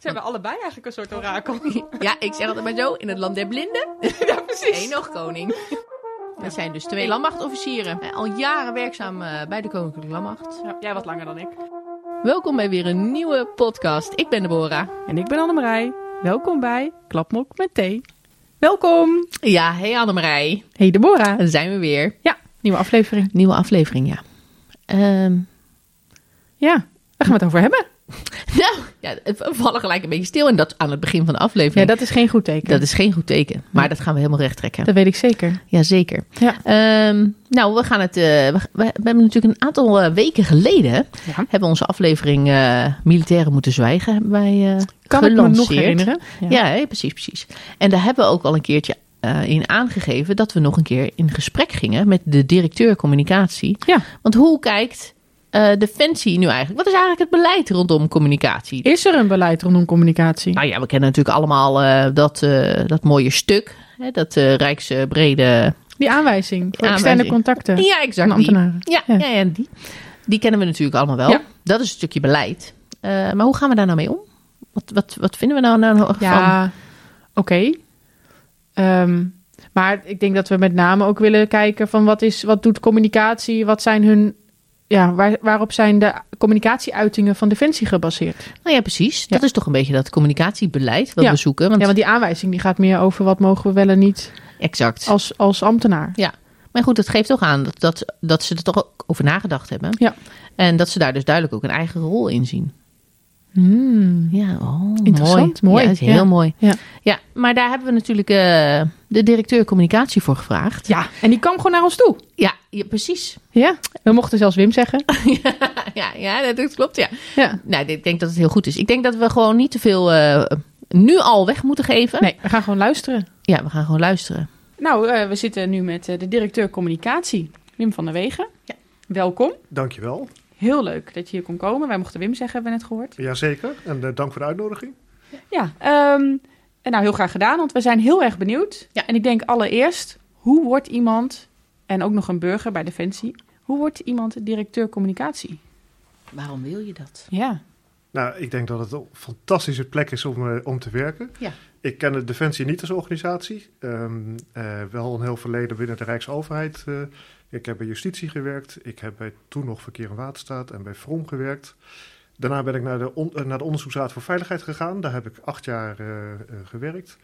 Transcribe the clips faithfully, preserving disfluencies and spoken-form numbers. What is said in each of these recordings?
Zijn we allebei eigenlijk een soort orakel? Ja, ik zeg altijd maar zo, in het land der blinden. Ja, precies. Eén nog koning. We zijn dus twee landmachtofficieren. Al jaren werkzaam uh, bij de Koninklijke Landmacht. Ja, jij wat langer dan ik. Welkom bij weer een nieuwe podcast. Ik ben Deborah. En ik ben Annemarij. Welkom bij Klapmok met thee. Welkom. Ja, hey Annemarij. Hey Deborah. Daar zijn we weer. Ja, nieuwe aflevering. Nieuwe aflevering, ja. Um... Ja, waar gaan we het over hebben? Nou, ja, we vallen gelijk een beetje stil. En dat aan het begin van de aflevering. Ja, dat is geen goed teken. Dat is geen goed teken. Maar dat gaan we helemaal recht trekken. Dat weet ik zeker. Jazeker. Ja. Um, nou, we gaan het... Uh, we, we hebben natuurlijk een aantal uh, weken geleden... Ja. hebben we onze aflevering uh, Militairen moeten zwijgen. Hebben wij uh, kan gelanceerd. Ik me nog herinneren. Ja, ja hey, precies, precies. En daar hebben we ook al een keertje uh, in aangegeven... dat we nog een keer in gesprek gingen... met de directeur communicatie. Ja. Want hoe kijkt... Uh, Defensie nu eigenlijk? Wat is eigenlijk het beleid rondom communicatie? Is er een beleid rondom communicatie? Nou ja, we kennen natuurlijk allemaal uh, dat, uh, dat mooie stuk. Hè, dat uh, rijksbrede... Die aanwijzing voor aanwijzing. externe contacten. Ja, exact. Van ambtenaren. Die. Ja, ja. Ja, ja, die. Die kennen we natuurlijk allemaal wel. Ja. Dat is een stukje beleid. Uh, maar hoe gaan we daar nou mee om? Wat, wat, wat vinden we nou, nou van? Ja, oké. Okay. Um, maar ik denk dat we met name ook willen kijken van wat, is, wat doet communicatie? Wat zijn hun... Ja, waar, waarop zijn de communicatieuitingen van Defensie gebaseerd? Nou ja, precies. Ja. Dat is toch een beetje dat communicatiebeleid wat ja. we zoeken. Want... Ja, want die aanwijzing die gaat meer over wat mogen we wel en niet exact. Als, als ambtenaar. Ja, maar goed, het geeft toch aan dat, dat, dat ze er toch ook over nagedacht hebben. Ja. En dat ze daar dus duidelijk ook een eigen rol in zien. Hmm. Ja, oh, interessant. Mooi. mooi. Ja, dat is heel ja. mooi. Ja. ja, maar daar hebben we natuurlijk uh, de directeur communicatie voor gevraagd. Ja, en die kwam gewoon naar ons toe. Ja, ja precies. Ja, we mochten zelfs Wim zeggen. ja, ja, ja, dat klopt, ja. ja. Nou, ik denk dat het heel goed is. Ik denk dat we gewoon niet te veel uh, nu al weg moeten geven. Nee, we gaan gewoon luisteren. Ja, we gaan gewoon luisteren. Nou, uh, we zitten nu met uh, de directeur communicatie, Wim van der Wegen. Ja. Welkom. Dankjewel. Heel leuk dat je hier kon komen. Wij mochten Wim zeggen, hebben we net gehoord. Jazeker. En uh, dank voor de uitnodiging. Ja, um, en nou heel graag gedaan, want we zijn heel erg benieuwd. Ja. En ik denk allereerst, hoe wordt iemand, en ook nog een burger bij Defensie, hoe wordt iemand directeur communicatie? Waarom wil je dat? Ja. Nou, ik denk dat het een fantastische plek is om, uh, om te werken. Ja. Ik ken de Defensie niet als organisatie. Um, uh, wel een heel verleden binnen de Rijksoverheid. Uh, ik heb bij Justitie gewerkt. Ik heb bij toen nog Verkeer en Waterstaat en bij V R O M gewerkt. Daarna ben ik naar de, on, uh, naar de Onderzoeksraad voor Veiligheid gegaan. Daar heb ik acht jaar uh, uh, gewerkt.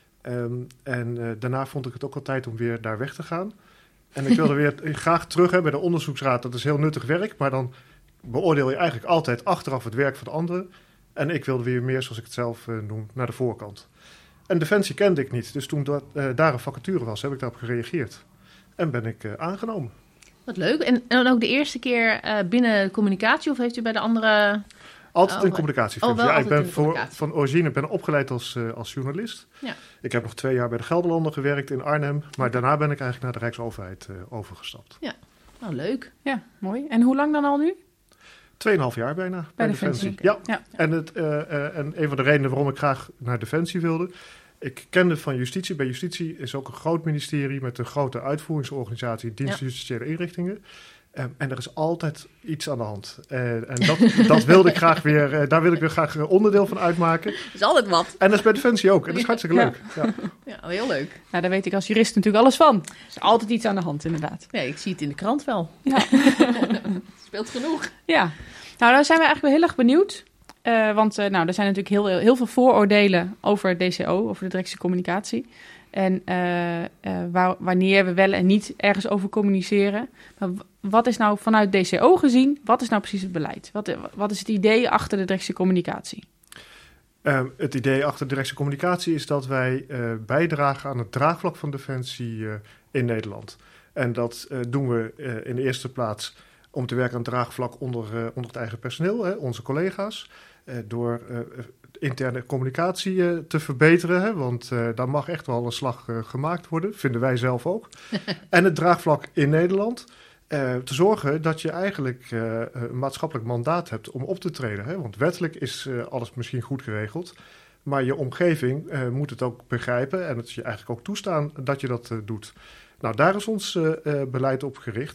Um, en uh, daarna vond ik het ook al tijd om weer daar weg te gaan. En ik wilde weer graag terug hè, bij de Onderzoeksraad. Dat is heel nuttig werk, maar dan beoordeel je eigenlijk altijd achteraf het werk van de anderen. En ik wilde weer meer, zoals ik het zelf uh, noem, naar de voorkant. En Defensie kende ik niet. Dus toen dat, uh, daar een vacature was, heb ik daarop gereageerd. En ben ik uh, aangenomen. Wat leuk. En, en ook de eerste keer uh, binnen communicatie of heeft u bij de andere... Altijd oh, in communicatie. Oh, wel ja, ik ben voor, van origine ben opgeleid als, uh, als journalist. Ja. Ik heb nog twee jaar bij de Gelderlander gewerkt in Arnhem. Maar daarna ben ik eigenlijk naar de Rijksoverheid uh, overgestapt. Ja, nou leuk. Ja, mooi. En hoe lang dan al nu? Tweeënhalf jaar bijna bij, bij Defensie. Defensie. Ja. Ja. En, het, uh, uh, en een van de redenen waarom ik graag naar Defensie wilde... Ik kende van Justitie. Bij Justitie is ook een groot ministerie met een grote uitvoeringsorganisatie, dienst ja. justitiële inrichtingen. Um, en er is altijd iets aan de hand. Uh, en dat, dat wilde ik graag weer, uh, daar wil ik weer graag onderdeel van uitmaken. Er is altijd wat. En dat is bij Defensie ook. En dat is hartstikke ja. leuk. Ja. ja, heel leuk. Nou, daar weet ik als jurist natuurlijk alles van. Er is altijd iets aan de hand, inderdaad. Ja, ik zie het in de krant wel. Ja. Speelt genoeg. Ja. Nou, dan zijn we eigenlijk wel heel erg benieuwd. Uh, want uh, nou, er zijn natuurlijk heel, heel veel vooroordelen over D C O, over de directe communicatie. En uh, uh, waar, wanneer we wel en niet ergens over communiceren. Maar wat is nou vanuit D C O gezien, wat is nou precies het beleid? Wat, wat is het idee achter de directe communicatie? Uh, het idee achter de directe communicatie is dat wij uh, bijdragen aan het draagvlak van Defensie uh, in Nederland. En dat uh, doen we uh, in de eerste plaats om te werken aan het draagvlak onder, uh, onder het eigen personeel, hè, onze collega's. Uh, door uh, interne communicatie uh, te verbeteren. Hè, want uh, daar mag echt wel een slag uh, gemaakt worden. Vinden wij zelf ook. En het draagvlak in Nederland. Uh, te zorgen dat je eigenlijk uh, een maatschappelijk mandaat hebt om op te treden. Hè? Want wettelijk is uh, alles misschien goed geregeld. Maar je omgeving uh, moet het ook begrijpen. En het is je eigenlijk ook toestaan dat je dat uh, doet. Nou, daar is ons uh, uh, beleid op gericht.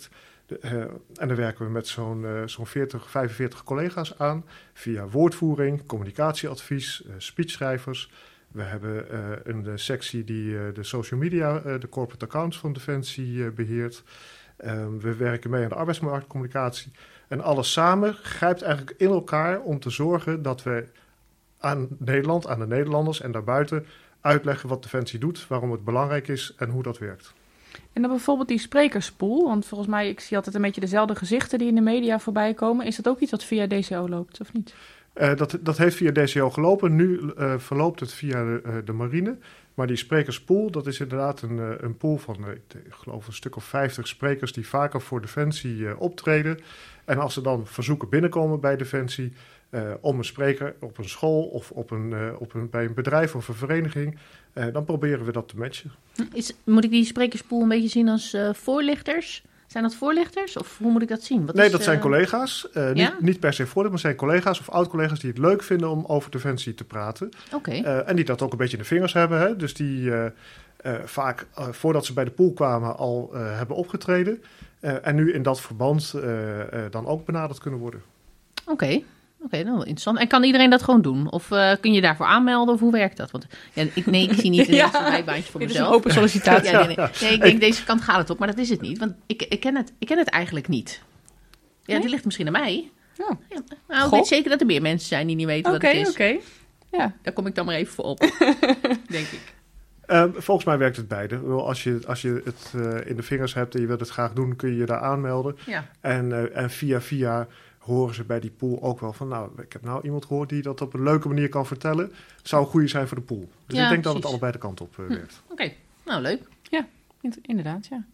De, uh, en daar werken we met zo'n, uh, zo'n veertig, vijfenveertig collega's aan. Via woordvoering, communicatieadvies, uh, speechschrijvers. We hebben uh, een uh, sectie die uh, de social media, uh, de corporate accounts van Defensie uh, beheert. Uh, we werken mee aan de arbeidsmarktcommunicatie. En alles samen grijpt eigenlijk in elkaar om te zorgen dat we aan Nederland, aan de Nederlanders en daarbuiten uitleggen wat Defensie doet, waarom het belangrijk is en hoe dat werkt. En dan bijvoorbeeld die sprekerspool, want volgens mij, ik zie altijd een beetje dezelfde gezichten die in de media voorbij komen. Is dat ook iets wat via D C O loopt, of niet? Uh, dat, dat heeft via D C O gelopen. Nu uh, verloopt het via de, uh, de marine. Maar die sprekerspool, dat is inderdaad een, uh, een pool van, uh, ik geloof, een stuk of vijftig sprekers die vaker voor Defensie uh, optreden. En als er dan verzoeken binnenkomen bij Defensie uh, om een spreker op een school of op een, uh, op een, bij een bedrijf of een vereniging, uh, dan proberen we dat te matchen. Is, moet ik die sprekerspool een beetje zien als uh, voorlichters? Zijn dat voorlichters of hoe moet ik dat zien? Wat nee, is, dat zijn uh... collega's. Uh, ja? niet, niet per se voorlichters, maar zijn collega's of oud-collega's die het leuk vinden om over Defensie te praten. Okay. Uh, en die dat ook een beetje in de vingers hebben. Hè? Dus die uh, uh, vaak uh, voordat ze bij de pool kwamen al uh, hebben opgetreden. Uh, en nu in dat verband uh, uh, dan ook benaderd kunnen worden. Oké. Okay. Oké, okay, nou interessant. En kan iedereen dat gewoon doen? Of uh, kun je daarvoor aanmelden? Of hoe werkt dat? Want ja, ik, nee, ik zie niet een ja, bijbaantje voor dit mezelf. Dit is een open sollicitatie. Ja, nee, nee. nee, ik denk deze kant gaat het op, maar dat is het niet. Want ik, ik, ken, het, ik ken het eigenlijk niet. Ja, nee? Die ligt misschien aan mij. Ja. Ja, nou, ik weet zeker dat er meer mensen zijn die niet weten okay, wat het is. Oké, oké. Ja. Daar kom ik dan maar even voor op, denk ik. Uh, volgens mij werkt het beide. Als je, als je het uh, in de vingers hebt en je wilt het graag doen, kun je je daar aanmelden. Ja. En, uh, en via via horen ze bij die pool ook wel van, nou, ik heb nou iemand gehoord die dat op een leuke manier kan vertellen. Zou een goede zijn voor de pool. Dus ja, ik denk precies. dat het allebei de kant op uh, werkt. Hm. Oké, okay. Nou leuk. Ja, inderdaad, ja.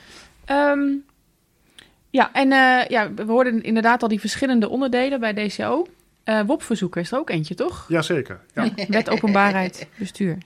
Um, ja, en uh, ja, we hoorden inderdaad al die verschillende onderdelen bij D C O. Uh, W O P-verzoeken is er ook eentje, toch? Jazeker. Ja. Wet openbaarheid bestuur.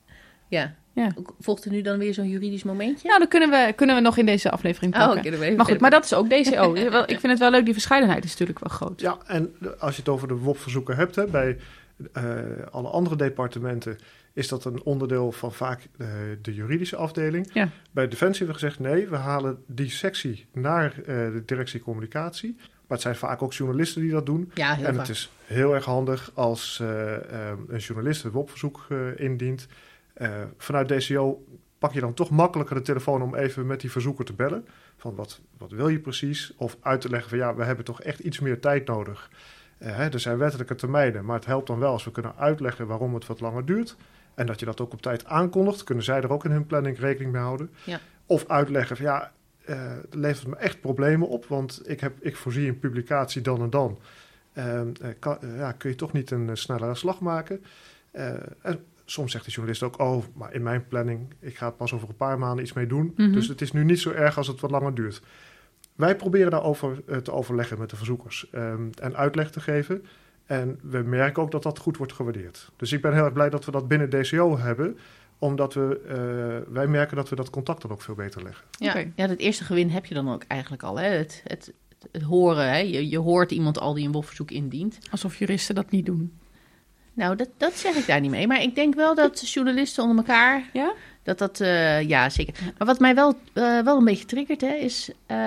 Ja. Ja. Volgt er nu dan weer zo'n juridisch momentje? Nou, dat kunnen we, kunnen we nog in deze aflevering pakken. Oh, okay, maar goed, maar dat is ook D C O. Ik vind het wel leuk, die verscheidenheid is natuurlijk wel groot. Ja, en als je het over de W O P-verzoeken hebt, hè, bij uh, alle andere departementen is dat een onderdeel van vaak uh, de juridische afdeling. Ja. Bij Defensie hebben we gezegd, nee, we halen die sectie naar uh, de directie communicatie. Maar het zijn vaak ook journalisten die dat doen. Ja, heel en vaak. Het is heel erg handig als uh, uh, een journalist het W O P-verzoek uh, indient. Uh, vanuit D C O pak je dan toch makkelijker de telefoon om even met die verzoeker te bellen. Van wat, wat wil je precies? Of uit te leggen van ja, we hebben toch echt iets meer tijd nodig. Uh, hè, er zijn wettelijke termijnen, maar het helpt dan wel als we kunnen uitleggen waarom het wat langer duurt. En dat je dat ook op tijd aankondigt. Kunnen zij er ook in hun planning rekening mee houden. Ja. Of uitleggen van ja, uh, het levert me echt problemen op. Want ik, heb, ik voorzie een publicatie dan en dan. Uh, uh, kan, uh, ja, kun je toch niet een uh, snellere slag maken? Uh, en soms zegt de journalist ook, oh, maar in mijn planning, ik ga pas over een paar maanden iets mee doen. Mm-hmm. Dus het is nu niet zo erg als het wat langer duurt. Wij proberen daarover uh, te overleggen met de verzoekers um, en uitleg te geven. En we merken ook dat dat goed wordt gewaardeerd. Dus ik ben heel erg blij dat we dat binnen D C O hebben, omdat we, uh, wij merken dat we dat contact dan ook veel beter leggen. Ja, okay. ja, dat eerste gewin heb je dan ook eigenlijk al. Hè? Het, het, het horen, hè? Je, je hoort iemand al die een W O P-verzoek indient. Alsof juristen dat niet doen. Nou, dat, dat zeg ik daar niet mee. Maar ik denk wel dat journalisten onder elkaar... Ja? Dat dat... Uh, ja, zeker. Maar wat mij wel, uh, wel een beetje triggert, hè, is... Uh,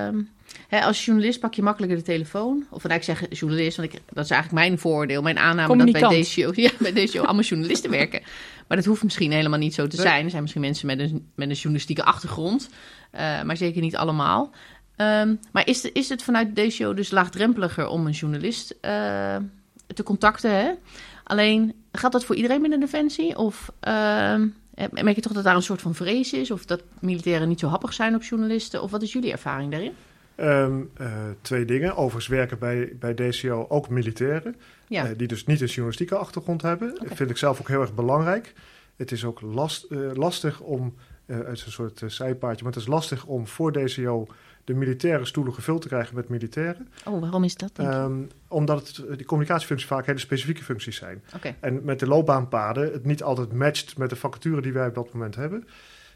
hè, als journalist pak je makkelijker de telefoon. Of nou, ik zeg journalist, want ik, dat is eigenlijk mijn vooroordeel. Mijn aanname dat bij D C O, ja, bij D C O allemaal journalisten werken. Maar dat hoeft misschien helemaal niet zo te nee. zijn. Er zijn misschien mensen met een, met een journalistieke achtergrond. Uh, maar zeker niet allemaal. Um, maar is, is het vanuit D C O dus laagdrempeliger om een journalist uh, te contacten, hè? Alleen, gaat dat voor iedereen binnen Defensie? Of uh, merk je toch dat daar een soort van vrees is? Of dat militairen niet zo happig zijn op journalisten? Of wat is jullie ervaring daarin? Um, uh, twee dingen. Overigens werken bij, bij D C O ook militairen. Ja. Uh, die dus niet een journalistieke achtergrond hebben. Okay. Dat vind ik zelf ook heel erg belangrijk. Het is ook last, uh, lastig om, uh, het is een soort uh, zijpaardje, maar het is lastig om voor D C O de militaire stoelen gevuld te krijgen met militairen. Oh, waarom is dat? Um, omdat het, die communicatiefuncties vaak hele specifieke functies zijn. Okay. En met de loopbaanpaden het niet altijd matcht met de vacature die wij op dat moment hebben.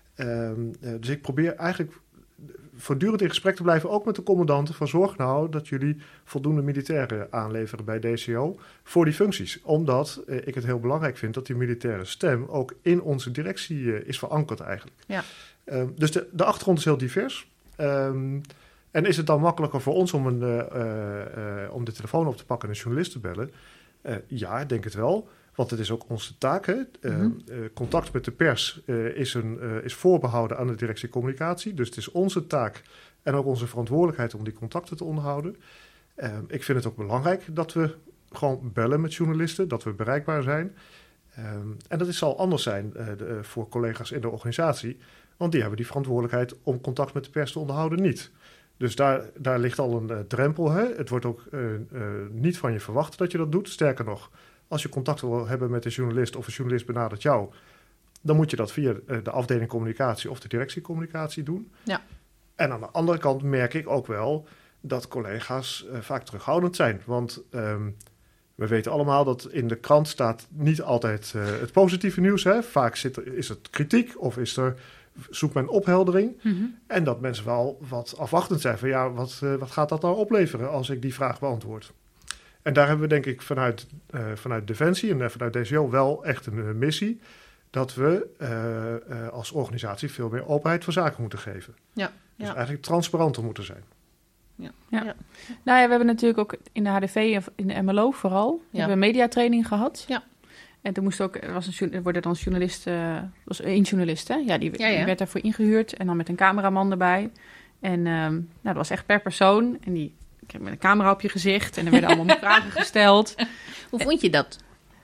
Um, uh, dus ik probeer eigenlijk voortdurend in gesprek te blijven, ook met de commandanten, van zorg nou dat jullie voldoende militairen aanleveren bij D C O voor die functies. Omdat uh, ik het heel belangrijk vind dat die militaire stem ook in onze directie uh, is verankerd eigenlijk. Ja. Um, dus de, de achtergrond is heel divers. Um, En is het dan makkelijker voor ons om, een, uh, uh, om de telefoon op te pakken en een journalist te bellen? Uh, ja, ik denk het wel. Want het is ook onze taak. Hè? Uh, Mm-hmm. uh, contact met de pers uh, is, een, uh, is voorbehouden aan de directie communicatie. Dus het is onze taak en ook onze verantwoordelijkheid om die contacten te onderhouden. Uh, ik vind het ook belangrijk dat we gewoon bellen met journalisten, dat we bereikbaar zijn. Um, en dat is, zal anders zijn uh, de, uh, voor collega's in de organisatie, want die hebben die verantwoordelijkheid om contact met de pers te onderhouden niet. Dus daar, daar ligt al een uh, drempel. Hè? Het wordt ook uh, uh, niet van je verwacht dat je dat doet. Sterker nog, als je contact wil hebben met een journalist of een journalist benadert jou, dan moet je dat via uh, de afdeling communicatie of de directie communicatie doen. Ja. En aan de andere kant merk ik ook wel dat collega's uh, vaak terughoudend zijn. Want um, we weten allemaal dat in de krant staat niet altijd uh, het positieve nieuws. Hè? Vaak zit er, is het kritiek of is er, zoekt men opheldering. Mm-hmm. En dat mensen wel wat afwachtend zijn van ja, wat, uh, wat gaat dat nou opleveren als ik die vraag beantwoord? En daar hebben we denk ik vanuit, uh, vanuit Defensie en vanuit D C O wel echt een uh, missie, dat we uh, uh, als organisatie veel meer openheid voor zaken moeten geven. Ja, Dus ja. eigenlijk transparanter moeten zijn. Ja. Ja. Ja. Nou ja, we hebben natuurlijk ook in de H D V of in de M L O vooral, Ja. hebben we een mediatraining gehad. Ja. En toen moest ook, er was een, jour- er wordt dan journalist, uh, was één journalist, hè? Ja, die, Ja, ja. die werd daarvoor ingehuurd en dan met een cameraman erbij. En um, nou, dat was echt per persoon. En die kreeg met een camera op je gezicht en er werden allemaal vragen gesteld. Hoe vond je dat?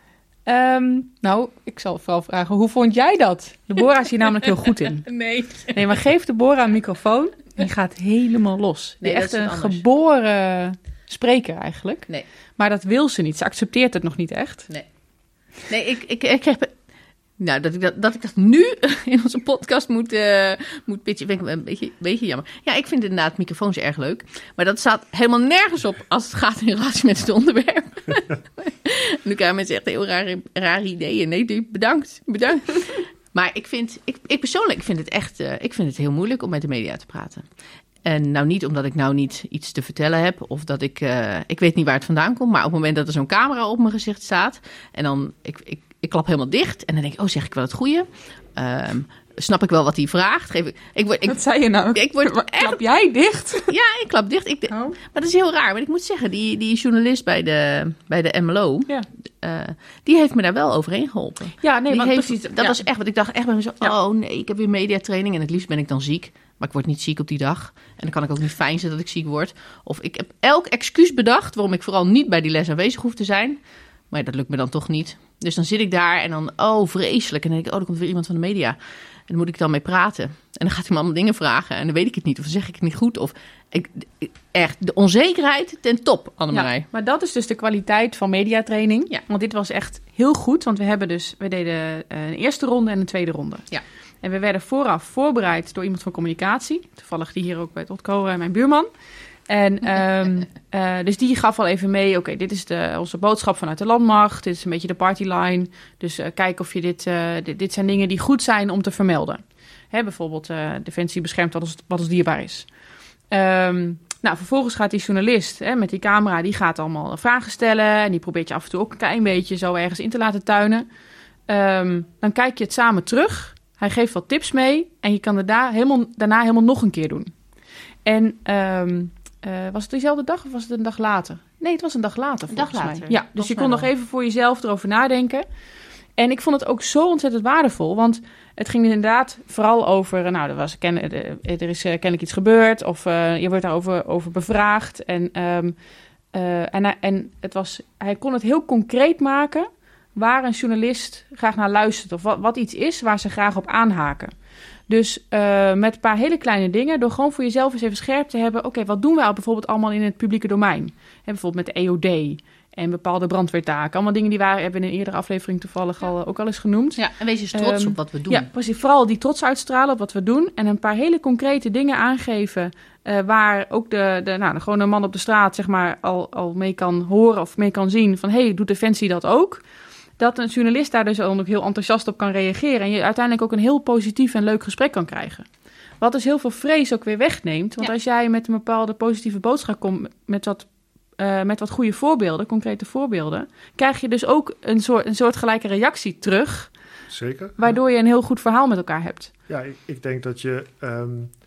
Um, nou, ik zal vooral vragen, hoe vond jij dat? Deborah is hier namelijk heel goed in. Nee. Nee, maar geef Deborah een microfoon en die gaat helemaal los. Die Nee, echt dat is een anders. geboren spreker eigenlijk. Nee. Maar dat wil ze niet. Ze accepteert het nog niet echt. Nee. Nee, ik, ik, ik heb... Nou, dat ik dat, dat ik dat nu in onze podcast moet, uh, moet pitchen, vind ik een beetje, beetje jammer. Ja, ik vind inderdaad microfoons erg leuk. Maar dat staat helemaal nergens op als het gaat in relatie met het onderwerp. Nu krijgen mensen echt heel rare, rare ideeën. Nee, bedankt, bedankt. Maar ik vind, ik, ik persoonlijk vind het echt, uh, ik vind het heel moeilijk om met de media te praten. En nou niet omdat ik nou niet iets te vertellen heb of dat ik, uh, ik weet niet waar het vandaan komt. Maar op het moment dat er zo'n camera op mijn gezicht staat en dan, ik, ik, ik klap helemaal dicht en dan denk ik, oh, zeg ik wel het goede? Um, snap ik wel wat hij vraagt? Geef ik, ik word, ik, Wat zei je nou? ik word echt, Klap jij dicht? ja, ik klap dicht. Ik, Oh. Maar dat is heel raar. Maar ik moet zeggen, die, die journalist bij de, bij de M L O, Ja, uh, die heeft me daar wel overheen geholpen. ja nee, Die maar heeft, precies. dat ja. was echt, want ik dacht echt bij mezelf, Ja. oh nee, ik heb weer mediatraining en het liefst ben ik dan ziek. Maar ik word niet ziek op die dag. En dan kan ik ook niet fijn zijn dat ik ziek word. Of ik heb elk excuus bedacht waarom ik vooral niet bij die les aanwezig hoef te zijn. Maar dat lukt me dan toch niet. Dus dan zit ik daar en dan, oh vreselijk. En dan denk ik, oh, er komt weer iemand van de media. En dan moet ik dan mee praten. En dan gaat hij me allemaal dingen vragen. En dan weet ik het niet. Of dan zeg ik het niet goed. Of ik, echt, de onzekerheid ten top, Annemarij. Ja, maar dat is dus de kwaliteit van mediatraining. Ja. Want dit was echt heel goed. Want we hebben dus, we deden uh, een eerste ronde en een tweede ronde. Ja. En we werden vooraf voorbereid door iemand van communicatie. Toevallig die hier ook bij het Otkoren, mijn buurman. En um, uh, dus die gaf al even mee, oké, okay, dit is de, onze boodschap vanuit de landmacht. Dit is een beetje de partyline. Dus uh, kijk of je dit, uh, dit... Dit zijn dingen die goed zijn om te vermelden. Hè, bijvoorbeeld uh, Defensie beschermt wat ons, wat ons dierbaar is. Um, nou, vervolgens gaat die journalist hè, met die camera, die gaat allemaal vragen stellen. En die probeert je af en toe ook een klein beetje zo ergens in te laten tuinen. Um, dan kijk je het samen terug. Hij geeft wat tips mee. En je kan het daar helemaal, daarna helemaal nog een keer doen. En um, uh, was het diezelfde dag of was het een dag later? Nee, het was een dag later Een dag volgens later. mij. Ja, dus je kon nog wel. even voor jezelf erover nadenken. En ik vond het ook zo ontzettend waardevol. Want het ging inderdaad vooral over... Nou, er, was, ken, er is kennelijk iets gebeurd. Of uh, je wordt daarover over bevraagd. En, um, uh, en, en het was, hij kon het heel concreet maken... waar een journalist graag naar luistert. Of wat, wat iets is waar ze graag op aanhaken. Dus uh, met een paar hele kleine dingen... door gewoon voor jezelf eens even scherp te hebben... oké, okay, wat doen wij bijvoorbeeld allemaal in het publieke domein? He, bijvoorbeeld met de E O D... en bepaalde brandweertaken. Allemaal dingen die waren, hebben in een eerdere aflevering toevallig al, uh, ook al eens genoemd. Ja, en wees eens trots Um, op wat we doen. Ja, precies. Vooral die trots uitstralen op wat we doen. En een paar hele concrete dingen aangeven... Uh, waar ook de, de, nou, de gewone man op de straat zeg maar, al, al mee kan horen of mee kan zien... van, hé, hey, doet Defensie dat ook? Dat een journalist daar dus ook heel enthousiast op kan reageren... en je uiteindelijk ook een heel positief en leuk gesprek kan krijgen. Wat dus heel veel vrees ook weer wegneemt. Want Ja. als jij met een bepaalde positieve boodschap komt... met wat, uh, met wat goede voorbeelden, concrete voorbeelden... krijg je dus ook een soort, een soortgelijke reactie terug... Zeker. waardoor je een heel goed verhaal met elkaar hebt. Ja, ik, ik denk dat je... Um,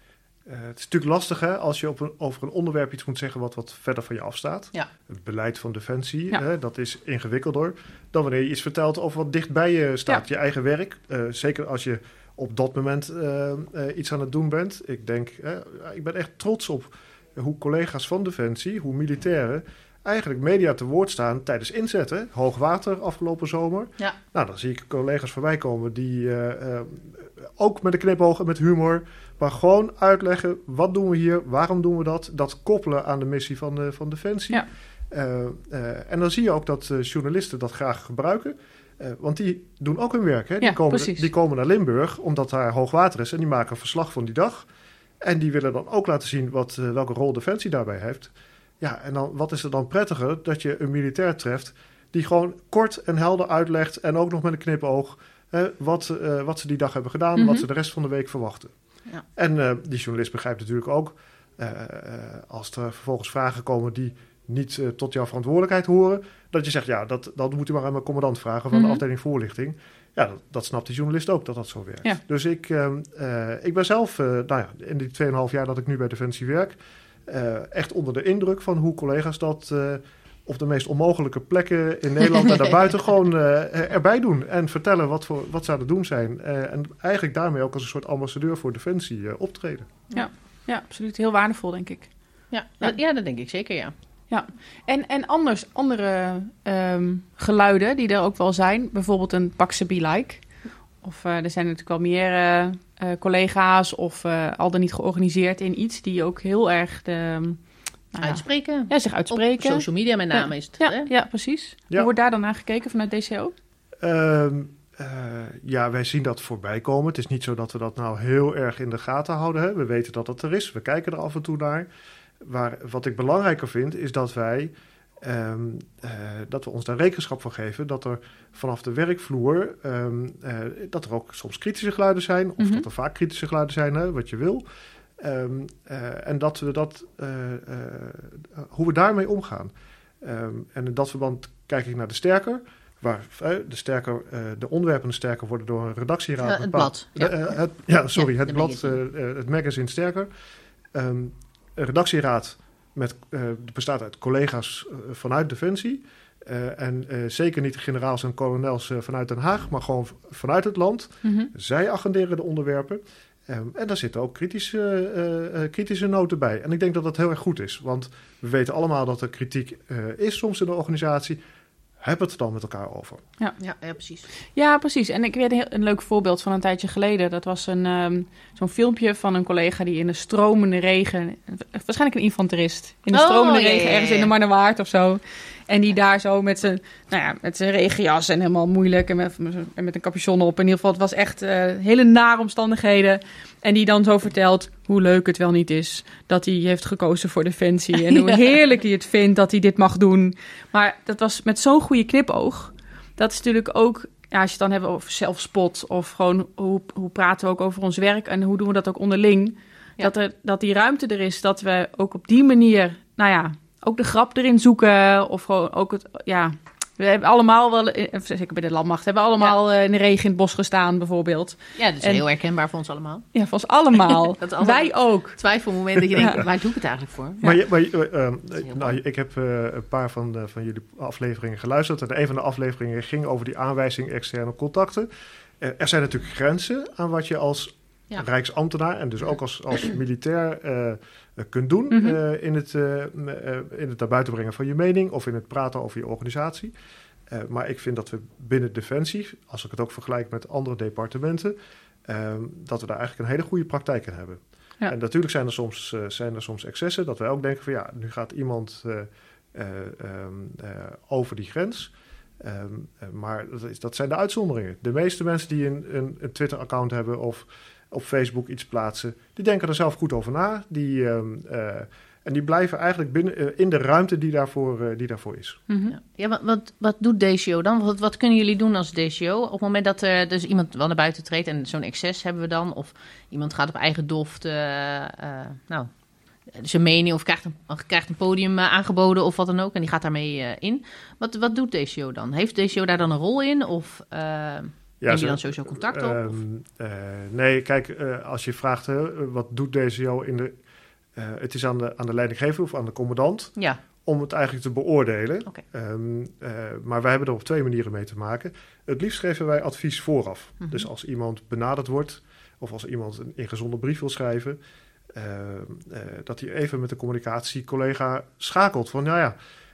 Uh, het is natuurlijk lastig hè, als je op een, over een onderwerp iets moet zeggen wat wat verder van je afstaat. Ja. Het beleid van Defensie, Ja. hè, dat is ingewikkelder dan wanneer je iets vertelt over wat dicht bij je staat. Ja. Je eigen werk, uh, zeker als je op dat moment uh, uh, iets aan het doen bent. Ik denk, uh, ik ben echt trots op hoe collega's van Defensie, hoe militairen eigenlijk media te woord staan tijdens inzetten. Hoogwater afgelopen zomer. Ja. Nou, dan zie ik collega's voorbij komen die uh, uh, ook met een knipoog en met humor, maar gewoon uitleggen wat doen we hier, waarom doen we dat. Dat koppelen aan de missie van, de, van Defensie. Ja. Uh, uh, en dan zie je ook dat uh, journalisten dat graag gebruiken. Uh, want die doen ook hun werk. Hè? Die, ja, komen, die komen naar Limburg omdat daar hoogwater is en die maken een verslag van die dag. En die willen dan ook laten zien wat, uh, welke rol Defensie daarbij heeft. Ja, en dan, wat is er dan prettiger dat je een militair treft die gewoon kort en helder uitlegt en ook nog met een knipoog uh, wat, uh, wat ze die dag hebben gedaan, mm-hmm. wat ze de rest van de week verwachten. Ja. En uh, die journalist begrijpt natuurlijk ook, uh, uh, als er vervolgens vragen komen die niet uh, tot jouw verantwoordelijkheid horen, dat je zegt, ja, dat, dat moet u maar aan mijn commandant vragen van mm-hmm. de afdeling voorlichting. Ja, dat, dat snapt die journalist ook, dat dat zo werkt. Ja. Dus ik, uh, uh, ik ben zelf, uh, nou ja, in die twee en een half jaar dat ik nu bij Defensie werk, uh, echt onder de indruk van hoe collega's dat uh, op de meest onmogelijke plekken in Nederland en daarbuiten gewoon uh, erbij doen. En vertellen wat, voor, wat ze aan het doen zijn. Uh, en eigenlijk daarmee ook als een soort ambassadeur voor Defensie uh, optreden. Ja, ja, absoluut. Heel waardevol, denk ik. Ja, ja. ja dat denk ik zeker, ja. Ja, en, en anders, andere um, geluiden die er ook wel zijn. Bijvoorbeeld een Pakse Be Like. Of uh, er zijn natuurlijk wel meer uh, uh, collega's of uh, al dan niet georganiseerd in iets die ook heel erg de, nou uitspreken. Ja, ja, zich uitspreken. Op social media met name ja. is het. Ja, hè? ja precies. Ja. Hoe wordt daar dan naar gekeken vanuit D C O? Um, uh, ja, wij zien dat voorbij komen. Het is niet zo dat we dat nou heel erg in de gaten houden. Hè. We weten dat het er is. We kijken er af en toe naar. Waar, wat ik belangrijker vind, is dat wij um, uh, dat we ons daar rekenschap van geven. Dat er vanaf de werkvloer um, uh, dat er ook soms kritische geluiden zijn. Of mm-hmm. dat er vaak kritische geluiden zijn, hè, wat je wil. Um, uh, en dat we dat, uh, uh, hoe we daarmee omgaan. Um, en in dat verband kijk ik naar de Sterker. Waar uh, de, sterker, uh, de onderwerpen sterker worden door een redactieraad. Uh, het blad. Ja, uh, uh, het, ja sorry, ja, het blad, uh, uh, het magazine Sterker. Um, een redactieraad met, uh, bestaat uit collega's uh, vanuit Defensie. Uh, en uh, zeker niet de generaals en kolonels uh, vanuit Den Haag, maar gewoon vanuit het land. Mm-hmm. Zij agenderen de onderwerpen. Um, en daar zitten ook kritische, uh, uh, kritische noten bij. En ik denk dat dat heel erg goed is. Want we weten allemaal dat er kritiek uh, is soms in de organisatie. Heb het er dan met elkaar over. Ja, ja, ja precies. Ja, precies. En ik weet een, heel, een leuk voorbeeld van een tijdje geleden. Dat was een, um, zo'n filmpje van een collega die in de stromende regen... Waarschijnlijk een infanterist. In de oh, stromende regen, yeah. ergens in de Marnewaard of zo. En die daar zo met zijn, nou ja, met zijn regenjas en helemaal moeilijk. En met, en met een capuchon op. In ieder geval, het was echt uh, hele nare omstandigheden. En die dan zo vertelt hoe leuk het wel niet is dat hij heeft gekozen voor Defensie. En hoe ja. heerlijk hij het vindt dat hij dit mag doen. Maar dat was met zo'n goede knipoog. Dat is natuurlijk ook, ja, als je het dan hebben over zelfspot. Of gewoon hoe, hoe praten we ook over ons werk. En hoe doen we dat ook onderling. Ja. Dat, er, dat die ruimte er is. Dat we ook op die manier, nou ja, ook de grap erin zoeken. Of gewoon ook het, ja... We hebben allemaal wel, zeker bij de landmacht, hebben we allemaal ja. in de regen in het bos gestaan bijvoorbeeld. Ja, dat is en, heel herkenbaar voor ons allemaal. Ja, voor ons allemaal. Wij ook. Twijfelmoment dat je denkt, ja. waar doe ik het eigenlijk voor? Ja. Maar, je, maar uh, uh, nou, ik heb uh, een paar van, uh, van jullie afleveringen geluisterd. En een van de afleveringen ging over die aanwijzing externe contacten. Uh, er zijn natuurlijk grenzen aan wat je als ja. Rijksambtenaar en dus ook als, als militair uh, kunt doen mm-hmm. uh, in, het, uh, uh, in het naar buiten brengen van je mening of in het praten over je organisatie. Uh, maar ik vind dat we binnen Defensie, als ik het ook vergelijk met andere departementen, uh, dat we daar eigenlijk een hele goede praktijk in hebben. Ja. En natuurlijk zijn er, soms, uh, zijn er soms excessen, dat wij ook denken van ja, nu gaat iemand uh, uh, um, uh, over die grens. Um, uh, maar dat, is, dat zijn de uitzonderingen. De meeste mensen die een, een, een Twitter-account hebben of op Facebook iets plaatsen, die denken er zelf goed over na. Die, um, uh, en die blijven eigenlijk binnen, uh, in de ruimte die daarvoor, uh, die daarvoor is. Mm-hmm. Ja, ja wat, wat, wat doet D C O dan? Wat, wat kunnen jullie doen als D C O? Op het moment dat er dus iemand wel naar buiten treedt en zo'n excess hebben we dan, of iemand gaat op eigen doft, uh, uh, nou, zijn mening of krijgt een, krijgt een podium uh, aangeboden of wat dan ook en die gaat daarmee uh, in. Wat, wat doet D C O dan? Heeft D C O daar dan een rol in? Of... Uh, Neem je ze- dan sowieso contact op? ehm, of? eh, nee, kijk, eh, als je vraagt, hè, wat doet D C O in de... eh, het is aan de, aan de leidinggever of aan de commandant Ja, om het eigenlijk te beoordelen. Oké. Ehm, eh, maar wij hebben er op twee manieren mee te maken. Het liefst geven wij advies vooraf. Mhm. Dus als iemand benaderd wordt of als iemand een ingezonde brief wil schrijven, uh, uh, dat hij even met de communicatiecollega schakelt van, nou ja,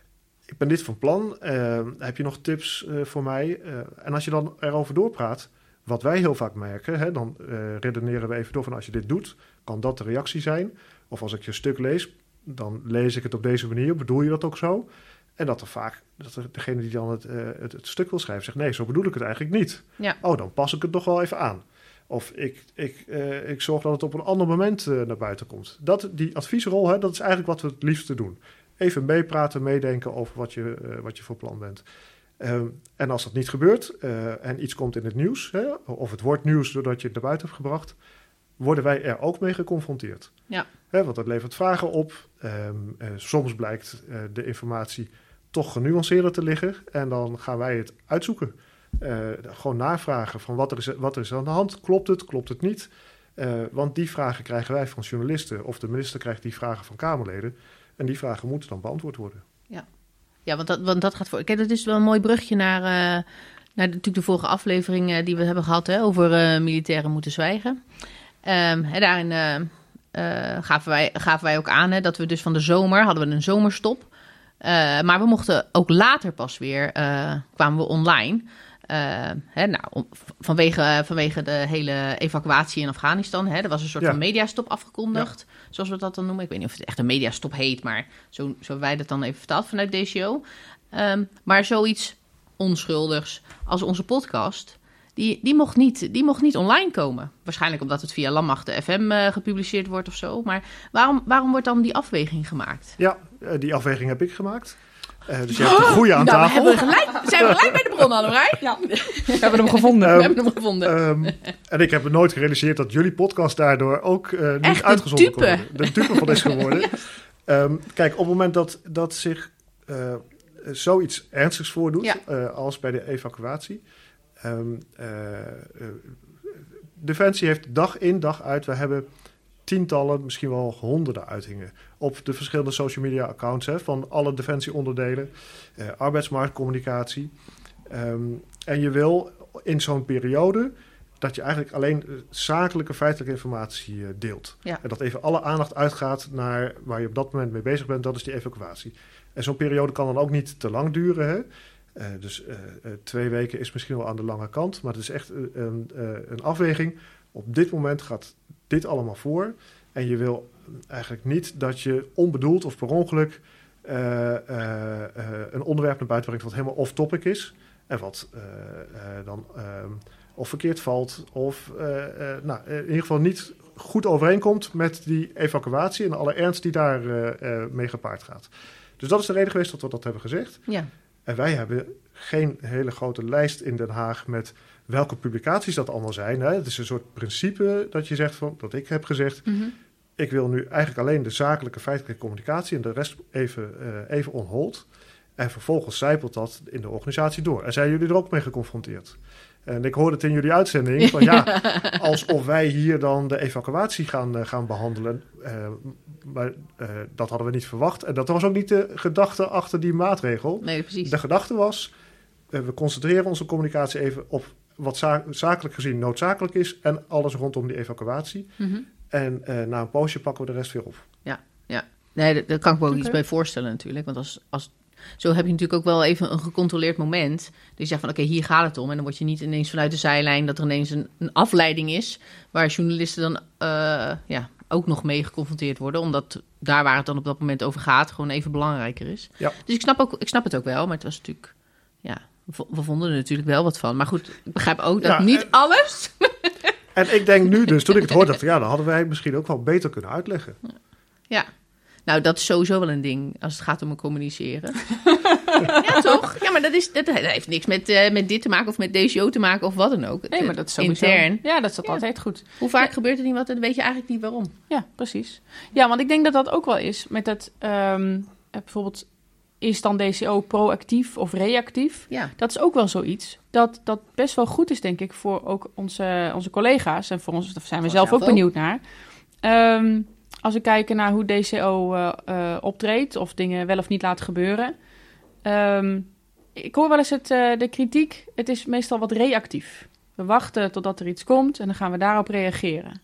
ik ben dit van plan. Uh, heb je nog tips uh, voor mij? Uh, en als je dan erover doorpraat, wat wij heel vaak merken, hè, dan uh, redeneren we even door van, als je dit doet, kan dat de reactie zijn. Of als ik je stuk lees, dan lees ik het op deze manier. Bedoel je dat ook zo? En dat er vaak, dat er degene die dan het, uh, het, het stuk wil schrijven, zegt, nee, zo bedoel ik het eigenlijk niet. Ja. Oh, dan pas ik het nog wel even aan. Of ik, ik, uh, ik zorg dat het op een ander moment uh, naar buiten komt. Dat, die adviesrol, hè, dat is eigenlijk wat we het liefste doen. Even meepraten, meedenken over wat je, uh, wat je voor plan bent. Um, en als dat niet gebeurt uh, en iets komt in het nieuws, hè, of het wordt nieuws doordat je het naar buiten hebt gebracht, worden wij er ook mee geconfronteerd. Ja. Hè, want dat levert vragen op. Um, uh, soms blijkt uh, de informatie toch genuanceerder te liggen en dan gaan wij het uitzoeken. Uh, gewoon navragen van wat er, is, wat er is aan de hand. Klopt het, klopt het niet? Uh, want die vragen krijgen wij van journalisten of de minister krijgt die vragen van Kamerleden. En die vragen moeten dan beantwoord worden. Ja, ja want, dat, want dat gaat voor... Kijk, dat is wel een mooi brugje naar, uh, naar de, natuurlijk de vorige aflevering uh, die we hebben gehad, hè, over uh, militairen moeten zwijgen. Um, hè, daarin uh, uh, gaven, wij, gaven wij ook aan hè, dat we dus van de zomer hadden we een zomerstop. Uh, maar we mochten ook later pas weer, uh, kwamen we online. Uh, hè, nou, om, vanwege, vanwege de hele evacuatie in Afghanistan. Hè, er was een soort ja. van mediastop afgekondigd, ja. zoals we dat dan noemen. Ik weet niet of het echt een mediastop heet, maar zo, zo hebben wij dat dan even vertaald vanuit D C O. Um, maar zoiets onschuldigs als onze podcast, die, die, mocht niet, die mocht niet online komen. Waarschijnlijk omdat het via Landmacht F M uh, gepubliceerd wordt of zo. Maar waarom, waarom wordt dan die afweging gemaakt? Ja, uh, die afweging heb ik gemaakt. Uh, dus je hebt een goede aan nou, tafel. We hebben gelijk, zijn we gelijk bij de bron, Annemarij? Ja, we hebben hem gevonden. Um, we hebben hem gevonden. Um, en ik heb me nooit gerealiseerd dat jullie podcast daardoor ook uh, niet Echt uitgezonden dupe. kon worden. De dupe van is geworden. um, kijk, op het moment dat, dat zich uh, zoiets ernstigs voordoet, Ja. uh, als bij de evacuatie. Um, uh, uh, Defensie heeft dag in dag uit, we hebben tientallen, misschien wel honderden uitingen op de verschillende social media accounts hè, van alle defensieonderdelen, uh, arbeidsmarktcommunicatie. Um, en je wil in zo'n periode dat je eigenlijk alleen zakelijke, feitelijke informatie uh, deelt. Ja. En dat even alle aandacht uitgaat naar waar je op dat moment mee bezig bent, dat is die evacuatie. En zo'n periode kan dan ook niet te lang duren. Hè? Uh, dus uh, uh, twee weken is misschien wel aan de lange kant, maar het is echt uh, een, uh, een afweging. Op dit moment gaat dit allemaal voor. En je wil eigenlijk niet dat je onbedoeld of per ongeluk uh, uh, uh, een onderwerp naar buiten brengt wat helemaal off-topic is. En wat uh, uh, dan uh, of verkeerd valt of uh, uh, nou, in ieder geval niet goed overeenkomt met die evacuatie en alle ernst die daar uh, uh, mee gepaard gaat. Dus dat is de reden geweest dat we dat hebben gezegd. Ja. En wij hebben geen hele grote lijst in Den Haag met welke publicaties dat allemaal zijn. Hè. Het is een soort principe dat je zegt van, dat ik heb gezegd. Mm-hmm. Ik wil nu eigenlijk alleen de zakelijke feitelijke communicatie en de rest even, uh, even on hold. En vervolgens zijpelt dat in de organisatie door. En zijn jullie er ook mee geconfronteerd? En ik hoorde het in jullie uitzending van ja, alsof wij hier dan de evacuatie gaan, uh, gaan behandelen. Uh, maar uh, dat hadden we niet verwacht. En dat was ook niet de gedachte achter die maatregel. Nee, precies. De gedachte was, uh, we concentreren onze communicatie even op wat za- zakelijk gezien noodzakelijk is en alles rondom die evacuatie. Mm-hmm. En uh, na een poosje pakken we de rest weer op. Ja, ja. Nee, daar, daar kan ik me ook Okay. iets bij voorstellen natuurlijk. Want als, als, zo heb je natuurlijk ook wel even een gecontroleerd moment. Dus je zegt van oké, okay, hier gaat het om. En dan word je niet ineens vanuit de zijlijn dat er ineens een, een afleiding is. Waar journalisten dan uh, ja, ook nog mee geconfronteerd worden. Omdat daar waar het dan op dat moment over gaat gewoon even belangrijker is. Ja. Dus ik snap, ook, ik snap het ook wel. Maar het was natuurlijk, ja, we, we vonden er natuurlijk wel wat van. Maar goed, ik begrijp ook dat Ja, niet en- alles... En ik denk nu dus, toen ik het hoorde, dacht ik, ja, dan hadden wij het misschien ook wel beter kunnen uitleggen. Ja, nou dat is sowieso wel een ding als het gaat om het communiceren. Ja, toch? Ja, maar dat, is, dat heeft niks met, uh, met dit te maken of met D C O te maken of wat dan ook. Nee, maar dat is sowieso... Intern. Ja, dat is dat Ja. altijd goed. Hoe vaak gebeurt er niet wat, dan weet je eigenlijk niet waarom. Ja, precies. Ja, want ik denk dat dat ook wel is met dat... Um, bijvoorbeeld is dan D C O proactief of reactief? Ja. Dat is ook wel zoiets dat, dat best wel goed is, denk ik, voor ook onze, onze collega's. En voor ons, daar zijn we Voor zelf ook zelf benieuwd naar. Um, als we kijken naar hoe D C O uh, uh, optreedt of dingen wel of niet laat gebeuren. Um, ik hoor wel eens het, uh, de kritiek, het is meestal wat reactief. We wachten totdat er iets komt en dan gaan we daarop reageren.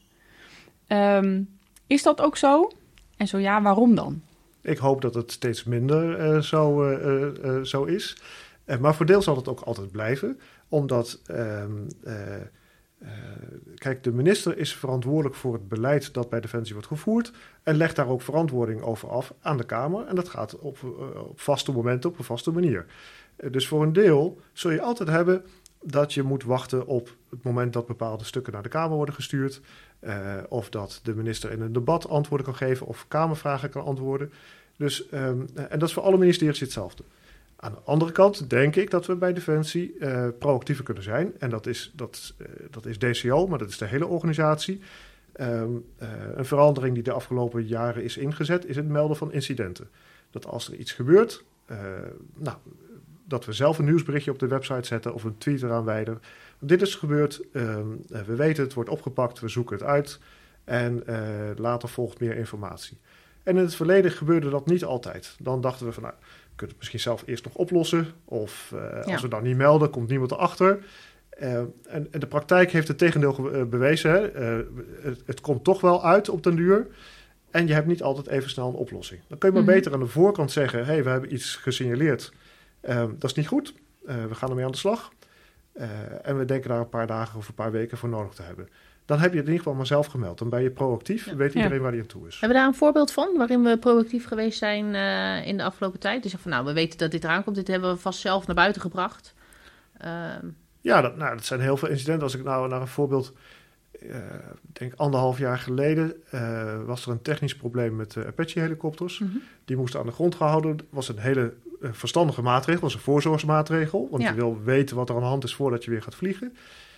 Um, is dat ook zo? En zo ja, waarom dan? Ik hoop dat het steeds minder uh, zo, uh, uh, zo is. Uh, maar voor deel zal het ook altijd blijven. Omdat, uh, uh, uh, kijk, de minister is verantwoordelijk voor het beleid dat bij Defensie wordt gevoerd. En legt daar ook verantwoording over af aan de Kamer. En dat gaat op, uh, op vaste momenten, op een vaste manier. Uh, dus voor een deel zul je altijd hebben dat je moet wachten op het moment dat bepaalde stukken naar de Kamer worden gestuurd. Uh, of dat de minister in een debat antwoorden kan geven of Kamervragen kan antwoorden. Dus, um, en dat is voor alle ministeries hetzelfde. Aan de andere kant denk ik dat we bij Defensie uh, proactiever kunnen zijn. En dat is, dat, uh, dat is D C O, maar dat is de hele organisatie. Um, uh, een verandering die de afgelopen jaren is ingezet, is het melden van incidenten. Dat als er iets gebeurt, uh, nou, dat we zelf een nieuwsberichtje op de website zetten of een tweet eraan wijden. Dit is gebeurd, um, we weten het, wordt opgepakt, we zoeken het uit en uh, later volgt meer informatie. En in het verleden gebeurde dat niet altijd. Dan dachten we van, nou, we kunnen het misschien zelf eerst nog oplossen. Of uh, ja. als we dan niet melden, komt niemand erachter. Uh, en, en de praktijk heeft het tegendeel ge- uh, bewezen. Hè? Uh, het, het komt toch wel uit op den duur. En je hebt niet altijd even snel een oplossing. Dan kun je maar mm-hmm. beter aan de voorkant zeggen, hey, we hebben iets gesignaleerd. Uh, dat is niet goed. Uh, we gaan ermee aan de slag. Uh, en we denken daar een paar dagen of een paar weken voor nodig te hebben. Dan heb je het in ieder geval maar zelf gemeld. Dan ben je proactief en ja. weet iedereen ja. waar die aan toe is. Hebben we daar een voorbeeld van waarin we proactief geweest zijn uh, in de afgelopen tijd? Dus van, nou, we weten dat dit eraan komt. Dit hebben we vast zelf naar buiten gebracht. Uh, ja, dat, nou, dat zijn heel veel incidenten. Als ik nou naar een voorbeeld... Uh, denk anderhalf jaar geleden uh, was er een technisch probleem met uh, Apache-helikopters. Mm-hmm. Die moesten aan de grond gehouden. Dat was een hele uh, verstandige maatregel. Dat was een voorzorgsmaatregel. Want ja. je wil weten wat er aan de hand is voordat je weer gaat vliegen.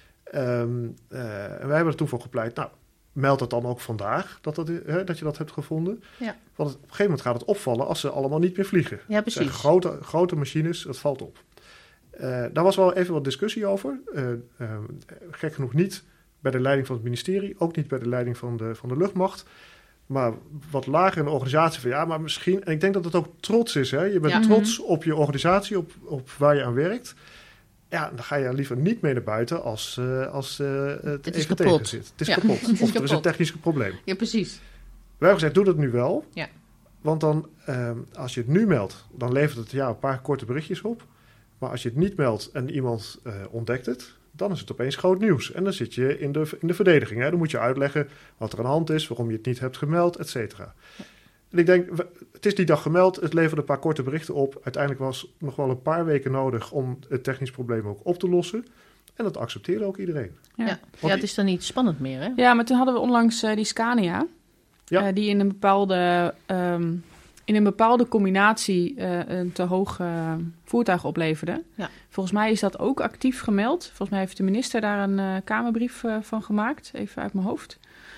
Um, uh, en wij hebben er toen voor gepleit. Nou, meld het dan ook vandaag dat, dat, uh, dat je dat hebt gevonden. Ja. Want het, op een gegeven moment gaat het opvallen als ze allemaal niet meer vliegen. Ja, precies. Grote, grote machines, dat valt op. Uh, daar was wel even wat discussie over. Uh, uh, gek genoeg niet bij de leiding van het ministerie, ook niet bij de leiding van de, van de luchtmacht. Maar wat lager in de organisatie van ja, maar misschien... En ik denk dat het ook trots is. Hè? Je bent ja. trots op je organisatie, op, op waar je aan werkt. Ja, dan ga je liever niet mee naar buiten als, uh, als uh, het, het even tegen zit. Het is ja. kapot. Het is of kapot. Er is een technisch probleem. Ja, precies. Wij hebben gezegd, doe dat nu wel. Ja. Want dan, uh, als je het nu meldt, dan levert het ja, een paar korte berichtjes op. Maar als je het niet meldt en iemand uh, ontdekt het, dan is het opeens groot nieuws. En dan zit je in de, in de verdediging. Hè? Dan moet je uitleggen wat er aan de hand is, waarom je het niet hebt gemeld, et cetera. Ja. En ik denk, het is die dag gemeld, het leverde een paar korte berichten op. Uiteindelijk was nog wel een paar weken nodig om het technisch probleem ook op te lossen. En dat accepteerde ook iedereen. Ja, ja. ja het is dan niet spannend meer, hè? Ja, maar toen hadden we onlangs uh, die Scania. Ja. Uh, die in een bepaalde, um, in een bepaalde combinatie uh, een te hoog uh, voertuig opleverde. Ja. Volgens mij is dat ook actief gemeld. Volgens mij heeft de minister daar een uh, Kamerbrief uh, van gemaakt. Even uit mijn hoofd.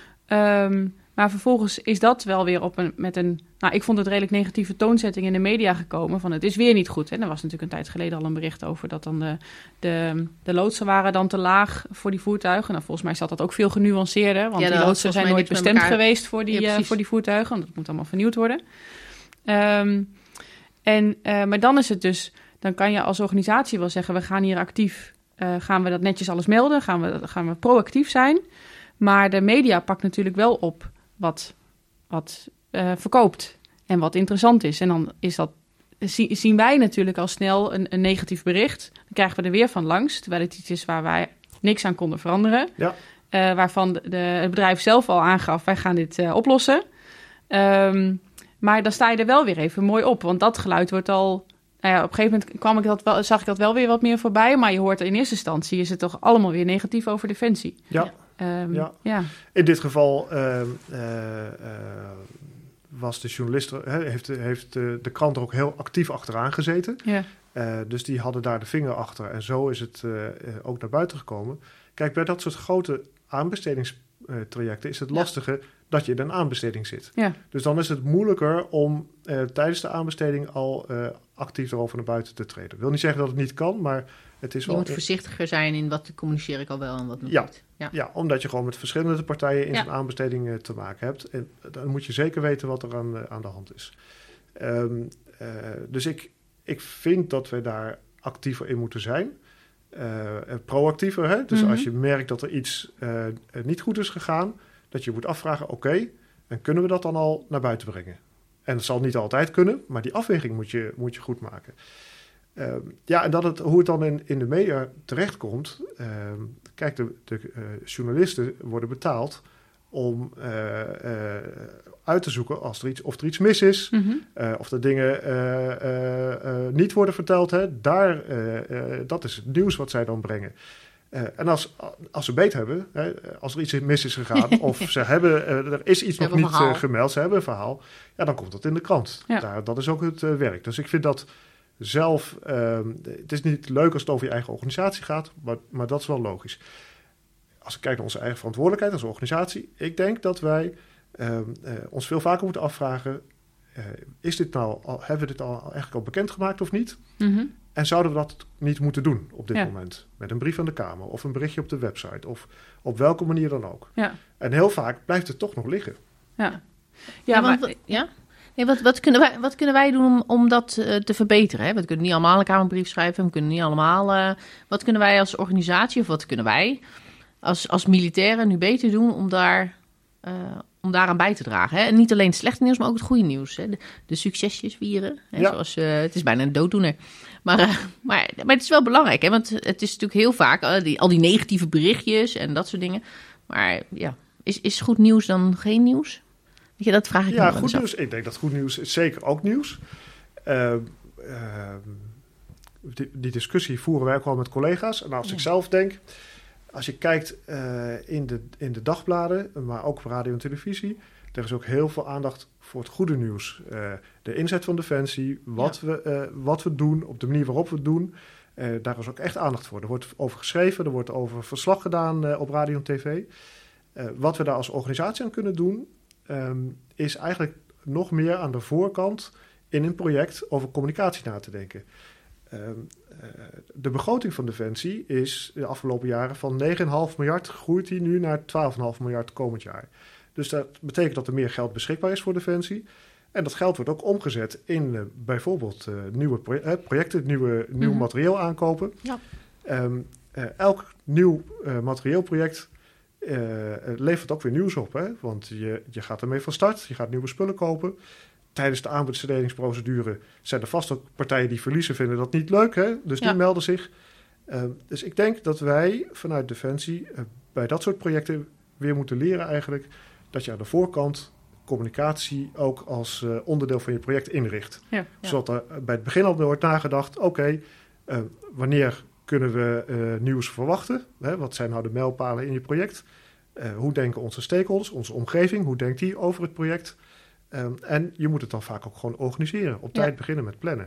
Um, Maar vervolgens is dat wel weer op een, met een... Nou, ik vond het redelijk negatieve toonzetting in de media gekomen. Van het is weer niet goed. En er was natuurlijk een tijd geleden al een bericht over dat dan de, de, de loodsen waren dan te laag voor die voertuigen. Nou, volgens mij zat dat ook veel genuanceerder. Want ja, die loodsen zijn nooit bestemd geweest voor die, ja, uh, voor die voertuigen. Want dat moet allemaal vernieuwd worden. Um, en, uh, maar dan is het dus... Dan kan je als organisatie wel zeggen, we gaan hier actief... Uh, gaan we dat netjes alles melden? Gaan we, gaan we proactief zijn? Maar de media pakt natuurlijk wel op... wat, wat uh, verkoopt en wat interessant is. En dan is dat, zie, zien wij natuurlijk al snel een, een negatief bericht. Dan krijgen we er weer van langs, terwijl het iets is waar wij niks aan konden veranderen. Ja. Uh, waarvan de, de, het bedrijf zelf al aangaf, wij gaan dit uh, oplossen. Um, maar dan sta je er wel weer even mooi op, want dat geluid wordt al... Nou ja, op een gegeven moment kwam ik dat wel, zag ik dat wel weer wat meer voorbij, maar je hoort er in eerste instantie is het toch allemaal weer negatief over Defensie. Ja. Um, ja. ja, in dit geval uh, uh, uh, was de journalist, uh, heeft, heeft uh, de krant er ook heel actief achteraan gezeten. Ja. Uh, dus die hadden daar de vinger achter en zo is het uh, uh, ook naar buiten gekomen. Kijk, bij dat soort grote aanbestedings uh, trajecten is het lastige ja. dat je in een aanbesteding zit. Ja. Dus dan is het moeilijker om uh, tijdens de aanbesteding al uh, actief erover naar buiten te treden. Ik wil niet zeggen dat het niet kan, maar het is je wel... moet voorzichtiger zijn in wat communiceer ik al wel en wat nog ja. niet. Ja. ja, omdat je gewoon met verschillende partijen in ja. zo'n aanbesteding uh, te maken hebt. En dan moet je zeker weten wat er aan, uh, aan de hand is. Um, uh, dus ik, ik vind dat we daar actiever in moeten zijn. Uh, proactiever, hè? Dus mm-hmm. als je merkt dat er iets uh, niet goed is gegaan, dat je moet afvragen, oké, okay, en kunnen we dat dan al naar buiten brengen? En dat zal niet altijd kunnen, maar die afweging moet je, moet je goed maken. Uh, ja, en dat het, hoe het dan in, in de media terechtkomt. Uh, kijk, de, de uh, journalisten worden betaald om uh, uh, uit te zoeken als er iets, of er iets mis is. Mm-hmm. Uh, of er dingen uh, uh, uh, niet worden verteld. Hè, daar, uh, uh, dat is het nieuws wat zij dan brengen. Uh, en als, als ze beet hebben, hè, als er iets mis is gegaan... of ze hebben, uh, er is iets ze nog niet uh, gemeld, ze hebben een verhaal... ja, dan komt dat in de krant. Ja. Daar, dat is ook het uh, werk. Dus ik vind dat zelf... Uh, het is niet leuk als het over je eigen organisatie gaat... maar, maar dat is wel logisch. Als ik kijk naar onze eigen verantwoordelijkheid als organisatie... ik denk dat wij uh, uh, ons veel vaker moeten afvragen... Uh, is dit nou al, hebben we dit al eigenlijk al bekendgemaakt of niet? Mm-hmm. En zouden we dat niet moeten doen op dit ja. moment? Met een brief aan de Kamer of een berichtje op de website... of op welke manier dan ook. Ja. En heel vaak blijft het toch nog liggen. Ja, ja, ja maar... Want, ja? Nee, wat, wat, kunnen wij, wat kunnen wij doen om, om dat uh, te verbeteren? Hè? We kunnen niet allemaal een Kamerbrief schrijven. We kunnen niet allemaal... Uh, wat kunnen wij als organisatie of wat kunnen wij als, als militairen nu beter doen... om daar... Uh, om daaraan bij te dragen. Hè? En niet alleen het slechte nieuws, maar ook het goede nieuws. Hè? De, de succesjes vieren. Hè? Ja. Zoals, uh, het is bijna een dooddoener. Maar, uh, maar, maar het is wel belangrijk. Hè? Want het is natuurlijk heel vaak uh, die, al die negatieve berichtjes en dat soort dingen. Maar ja, is, is goed nieuws dan geen nieuws? Weet je, dat vraag ik Ja, me goed af. nieuws. Ik denk dat goed nieuws is zeker ook nieuws. Uh, uh, die, die discussie voeren wij ook wel met collega's. En als ja. ik zelf denk... Als je kijkt uh, in, de, in de dagbladen, maar ook op radio en televisie... er is ook heel veel aandacht voor het goede nieuws. Uh, de inzet van Defensie, wat, ja. we, uh, wat we doen, op de manier waarop we het doen... Uh, daar is ook echt aandacht voor. Er wordt over geschreven, er wordt over verslag gedaan uh, op radio en tv. Uh, wat we daar als organisatie aan kunnen doen... Um, is eigenlijk nog meer aan de voorkant in een project over communicatie na te denken... Um, uh, de begroting van Defensie is de afgelopen jaren van negen komma vijf miljard... groeit die nu naar twaalf komma vijf miljard komend jaar. Dus dat betekent dat er meer geld beschikbaar is voor Defensie. En dat geld wordt ook omgezet in uh, bijvoorbeeld uh, nieuwe pro- uh, projecten... nieuwe, nieuw mm-hmm. materieel aankopen. Ja. Um, uh, elk nieuw uh, materieelproject uh, levert ook weer nieuws op. Hè? Want je, je gaat ermee van start, je gaat nieuwe spullen kopen... Tijdens de aanbestedingsprocedure zijn er vast ook partijen die verliezen, vinden dat niet leuk. Hè? Dus die ja. melden zich. Uh, dus ik denk dat wij vanuit Defensie uh, bij dat soort projecten weer moeten leren eigenlijk... dat je aan de voorkant communicatie ook als uh, onderdeel van je project inricht. Ja. Zodat er bij het begin al wordt nagedacht... oké, okay, uh, wanneer kunnen we uh, nieuws verwachten? Hè? Wat zijn nou de mijlpalen in je project? Uh, hoe denken onze stakeholders, onze omgeving, hoe denkt die over het project... Um, en je moet het dan vaak ook gewoon organiseren. Op tijd ja. beginnen met plannen.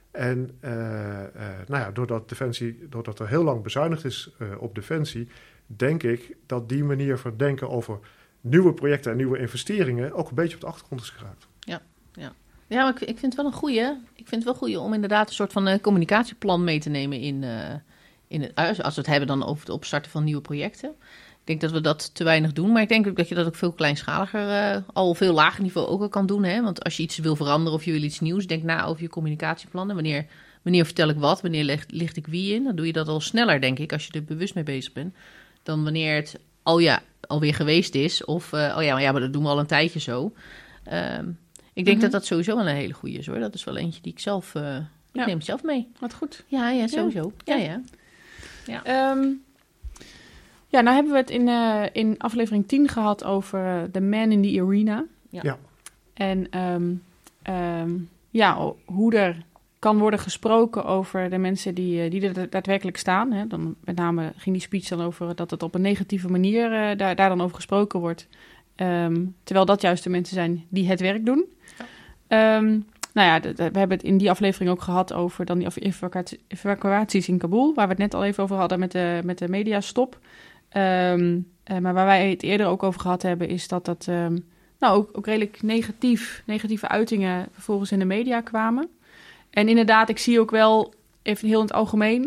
En uh, uh, nou ja, doordat, Defensie, doordat er heel lang bezuinigd is uh, op Defensie... denk ik dat die manier van denken over nieuwe projecten en nieuwe investeringen... ook een beetje op de achtergrond is geraakt. Ja, ja. ja maar ik, ik vind het wel een goeie. Ik vind het wel goeie om inderdaad een soort van uh, communicatieplan mee te nemen... in, uh, in het, als we het hebben dan over het opstarten van nieuwe projecten... Ik denk dat we dat te weinig doen, maar ik denk ook dat je dat ook veel kleinschaliger, uh, al veel lager niveau ook al kan doen. Hè? Want als je iets wil veranderen of je wil iets nieuws, denk na over je communicatieplannen. Wanneer, wanneer vertel ik wat, wanneer licht, licht ik wie in? Dan doe je dat al sneller, denk ik, als je er bewust mee bezig bent. Dan wanneer het, oh ja, alweer geweest is. Of, uh, oh ja maar, ja, maar dat doen we al een tijdje zo. Um, ik denk mm-hmm. dat dat sowieso wel een hele goede is, hoor. Dat is wel eentje die ik zelf, uh, ik ja. neem het zelf mee. Wat goed. Ja, ja, sowieso. Ja, ja. ja. ja. Um, Ja, nou hebben we het in, uh, in aflevering tien gehad over The Man in the Arena. Ja. ja. En um, um, ja, hoe er kan worden gesproken over de mensen die, die er daadwerkelijk staan. Hè. Dan, met name ging die speech dan over dat het op een negatieve manier uh, daar, daar dan over gesproken wordt. Um, terwijl dat juist de mensen zijn die het werk doen. Ja. Um, nou ja, de, de, we hebben het in die aflevering ook gehad over dan die evacuatie, evacuaties in Kabul. Waar we het net al even over hadden met de, met de mediastop. Um, Uh, maar waar wij het eerder ook over gehad hebben, is dat dat um, nou, ook, ook redelijk negatief, negatieve uitingen vervolgens in de media kwamen. En inderdaad, ik zie ook wel, even heel in het algemeen,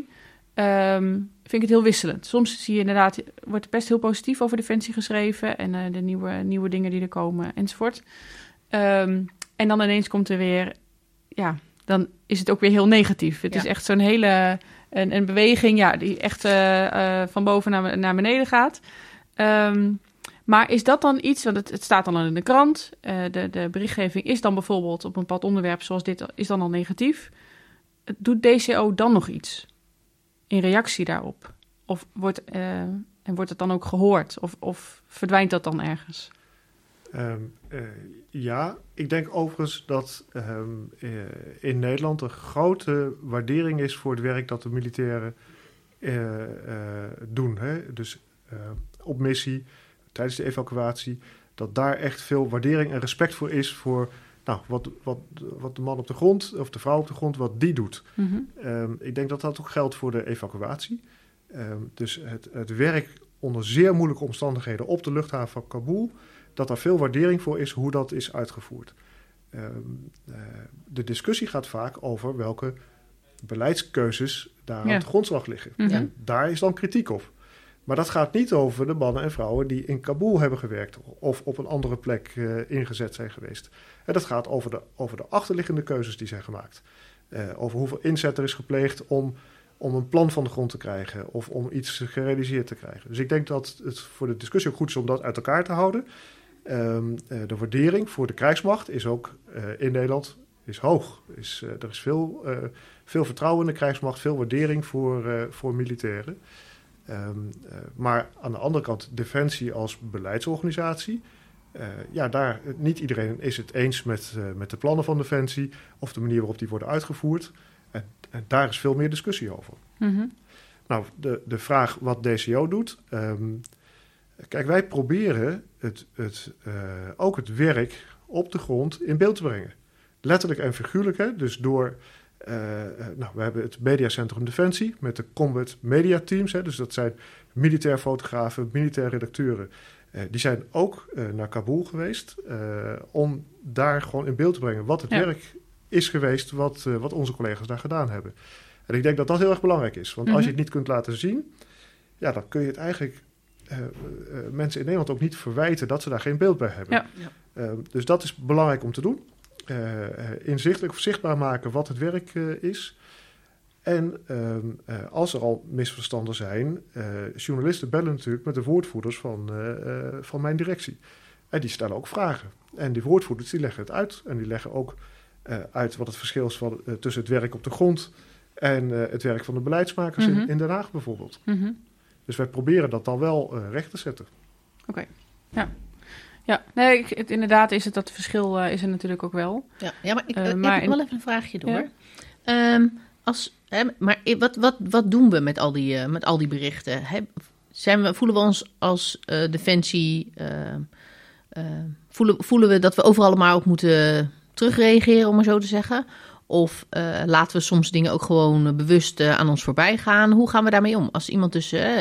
um, vind ik het heel wisselend. Soms zie je inderdaad, wordt er best heel positief over Defensie geschreven en uh, de nieuwe, nieuwe dingen die er komen enzovoort. Um, en dan ineens komt er weer, ja, dan is het ook weer heel negatief. Het ja. is echt zo'n hele, een, een beweging, ja, die echt uh, uh, van boven naar, naar beneden gaat. Um, maar is dat dan iets, want het, het staat dan al in de krant, uh, de, de berichtgeving is dan bijvoorbeeld op een bepaald onderwerp zoals dit, is dan al negatief. Doet D C O dan nog iets in reactie daarop? Of wordt, uh, en wordt het dan ook gehoord? Of, of verdwijnt dat dan ergens? Um, uh, ja, ik denk overigens dat um, uh, in Nederland een grote waardering is voor het werk dat de militairen uh, uh, doen. Hè? Dus uh, op missie, tijdens de evacuatie, dat daar echt veel waardering en respect voor is voor nou, wat, wat, wat de man op de grond of de vrouw op de grond, wat die doet. Mm-hmm. Um, ik denk dat dat ook geldt voor de evacuatie. Um, dus het, het werk onder zeer moeilijke omstandigheden op de luchthaven van Kabul, dat daar veel waardering voor is hoe dat is uitgevoerd. Um, uh, de discussie gaat vaak over welke beleidskeuzes daar ja. aan de grondslag liggen. Mm-hmm. En daar is dan kritiek op. Maar dat gaat niet over de mannen en vrouwen die in Kabul hebben gewerkt of op een andere plek uh, ingezet zijn geweest. En dat gaat over de, over de achterliggende keuzes die zijn gemaakt. Uh, over hoeveel inzet er is gepleegd om, om een plan van de grond te krijgen of om iets gerealiseerd te krijgen. Dus ik denk dat het voor de discussie ook goed is om dat uit elkaar te houden. Um, uh, de waardering voor de krijgsmacht is ook uh, in Nederland is hoog. Is, uh, er is veel, uh, veel vertrouwen in de krijgsmacht, veel waardering voor, uh, voor militairen. Um, uh, maar aan de andere kant, Defensie als beleidsorganisatie. Uh, ja, daar, niet iedereen is het eens met, uh, met de plannen van Defensie of de manier waarop die worden uitgevoerd. En, en daar is veel meer discussie over. Mm-hmm. Nou, de, de vraag wat D C O doet. Um, kijk, wij proberen het, het, uh, ook het werk op de grond in beeld te brengen. Letterlijk en figuurlijk, hè? Dus door... Uh, nou, we hebben het Mediacentrum Defensie met de Combat Media Teams. Hè, dus dat zijn militair fotografen, militair redacteuren. Uh, die zijn ook uh, naar Kabul geweest uh, om daar gewoon in beeld te brengen wat het ja. werk is geweest wat, uh, wat onze collega's daar gedaan hebben. En ik denk dat dat heel erg belangrijk is. Want mm-hmm. als je het niet kunt laten zien, ja, dan kun je het eigenlijk uh, uh, mensen in Nederland ook niet verwijten dat ze daar geen beeld bij hebben. Ja. Ja. Uh, dus dat is belangrijk om te doen. Uh, inzichtelijk of zichtbaar maken wat het werk uh, is. En uh, uh, als er al misverstanden zijn, uh, journalisten bellen natuurlijk met de woordvoerders van, uh, uh, van mijn directie. En die stellen ook vragen. En die woordvoerders die leggen het uit. En die leggen ook uh, uit wat het verschil is van, uh, tussen het werk op de grond en uh, het werk van de beleidsmakers mm-hmm. in, in Den Haag bijvoorbeeld. Mm-hmm. Dus wij proberen dat dan wel uh, recht te zetten. Oké, okay. ja. Ja, nee, ik, het, inderdaad is het dat verschil uh, is er natuurlijk ook wel. Ja, ja maar ik, uh, maar ik heb wel even een vraagje door. Ja. Um, als, hè, maar wat, wat, wat doen we met al die, uh, met al die berichten? Hè? Zijn we, voelen we ons als uh, Defensie... Uh, uh, voelen, voelen we dat we overal maar op moeten terugreageren, om maar zo te zeggen? Of uh, laten we soms dingen ook gewoon uh, bewust uh, aan ons voorbij gaan? Hoe gaan we daarmee om? Als iemand dus... Uh,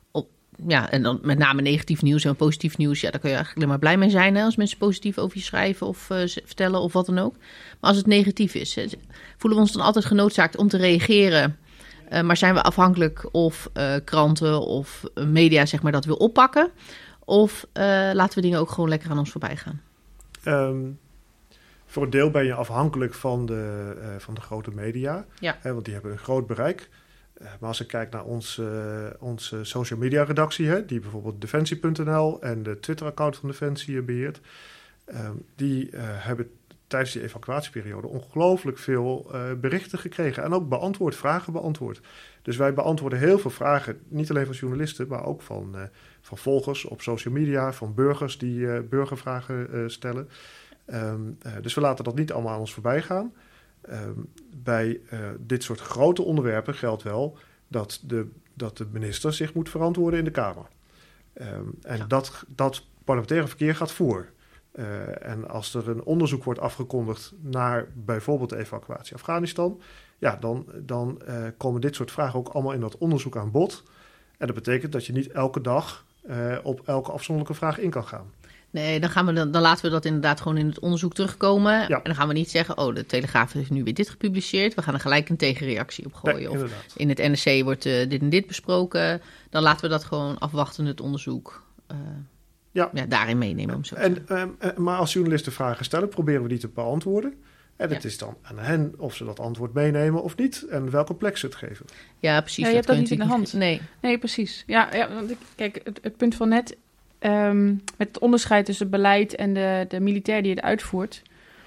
Ja, en dan met name negatief nieuws en positief nieuws. Ja, daar kun je eigenlijk alleen maar blij mee zijn, hè, als mensen positief over je schrijven of uh, vertellen of wat dan ook. Maar als het negatief is, hè, voelen we ons dan altijd genoodzaakt om te reageren. Uh, maar zijn we afhankelijk of uh, kranten of media, zeg maar, dat wil oppakken? Of uh, laten we dingen ook gewoon lekker aan ons voorbij gaan? Um, voor een deel ben je afhankelijk van de, uh, van de grote media. Ja. Hè, want die hebben een groot bereik. Uh, maar als ik kijk naar onze, uh, onze social media redactie, hè, die bijvoorbeeld defensie punt n l en de Twitter-account van Defensie beheert, uh, die uh, hebben tijdens die evacuatieperiode ongelooflijk veel uh, berichten gekregen en ook beantwoord, vragen beantwoord. Dus wij beantwoorden heel veel vragen, niet alleen van journalisten, maar ook van, uh, van volgers op social media, van burgers die uh, burgervragen uh, stellen. Um, uh, dus we laten dat niet allemaal aan ons voorbij gaan. Um, bij uh, dit soort grote onderwerpen geldt wel dat de, dat de minister zich moet verantwoorden in de Kamer. Um, en ja. dat, dat parlementaire verkeer gaat voor. Uh, en als er een onderzoek wordt afgekondigd naar bijvoorbeeld de evacuatie Afghanistan, ja, dan, dan uh, komen dit soort vragen ook allemaal in dat onderzoek aan bod. En dat betekent dat je niet elke dag uh, op elke afzonderlijke vraag in kan gaan. Nee, dan, gaan we, dan, dan laten we dat inderdaad gewoon in het onderzoek terugkomen. Ja. En dan gaan we niet zeggen, oh, de Telegraaf heeft nu weer dit gepubliceerd. We gaan er gelijk een tegenreactie op gooien. Nee, of inderdaad. In het N R C wordt uh, dit en dit besproken. Dan laten we dat gewoon afwachten, het onderzoek. Uh, ja. Ja, daarin meenemen. Om zo te en, uh, uh, maar als journalisten vragen stellen, proberen we die te beantwoorden. En het ja. is dan aan hen of ze dat antwoord meenemen of niet. En welke plek ze het geven. Ja, precies. Ja, je dat hebt dat niet in de hand. Nee, nee precies. Ja, ja, want ik, kijk, het, het punt van net... Um, met het onderscheid tussen het beleid en de, de militair die het uitvoert...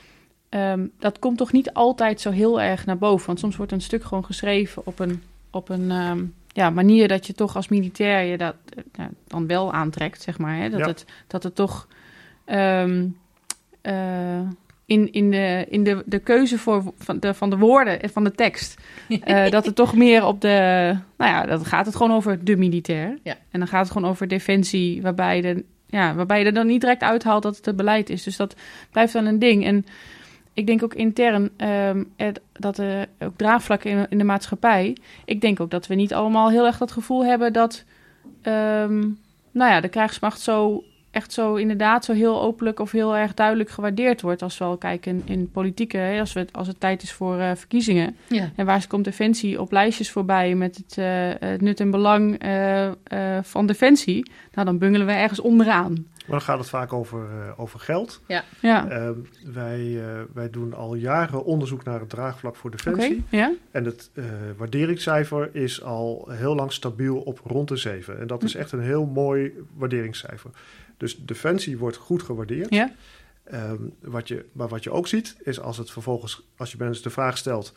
Um, dat komt toch niet altijd zo heel erg naar boven. Want soms wordt een stuk gewoon geschreven op een, op een um, ja, manier... dat je toch als militair je dat uh, dan wel aantrekt, zeg maar. Hè? Dat, ja. het, dat het toch... Um, uh, in, in, de, in de, de keuze voor, van, de, van de woorden en van de tekst... Uh, dat het toch meer op de... Nou ja, dan gaat het gewoon over de militair. Ja. En dan gaat het gewoon over defensie... waarbij, de, ja, waarbij je er dan niet direct uithaalt dat het het beleid is. Dus dat blijft dan een ding. En ik denk ook intern um, dat er ook draagvlakken in, in de maatschappij... Ik denk ook dat we niet allemaal heel erg dat gevoel hebben... dat um, nou ja, de krijgsmacht zo... echt zo inderdaad zo heel openlijk of heel erg duidelijk gewaardeerd wordt... als we al kijken in, in politieke, hè, als, we, als het tijd is voor uh, verkiezingen. Ja. En waar komt Defensie op lijstjes voorbij met het, uh, het nut en belang uh, uh, van Defensie... nou, dan bungelen we ergens onderaan. Maar dan gaat het vaak over, uh, over geld. Ja. Ja. Uh, wij, uh, wij doen al jaren onderzoek naar het draagvlak voor Defensie. Okay, ja. En het uh, waarderingscijfer is al heel lang stabiel op rond de zeven. En dat is echt een heel mooi waarderingscijfer. Dus Defensie wordt goed gewaardeerd. Ja. Um, wat je, maar wat je ook ziet, is als het vervolgens, als je mensen de vraag stelt...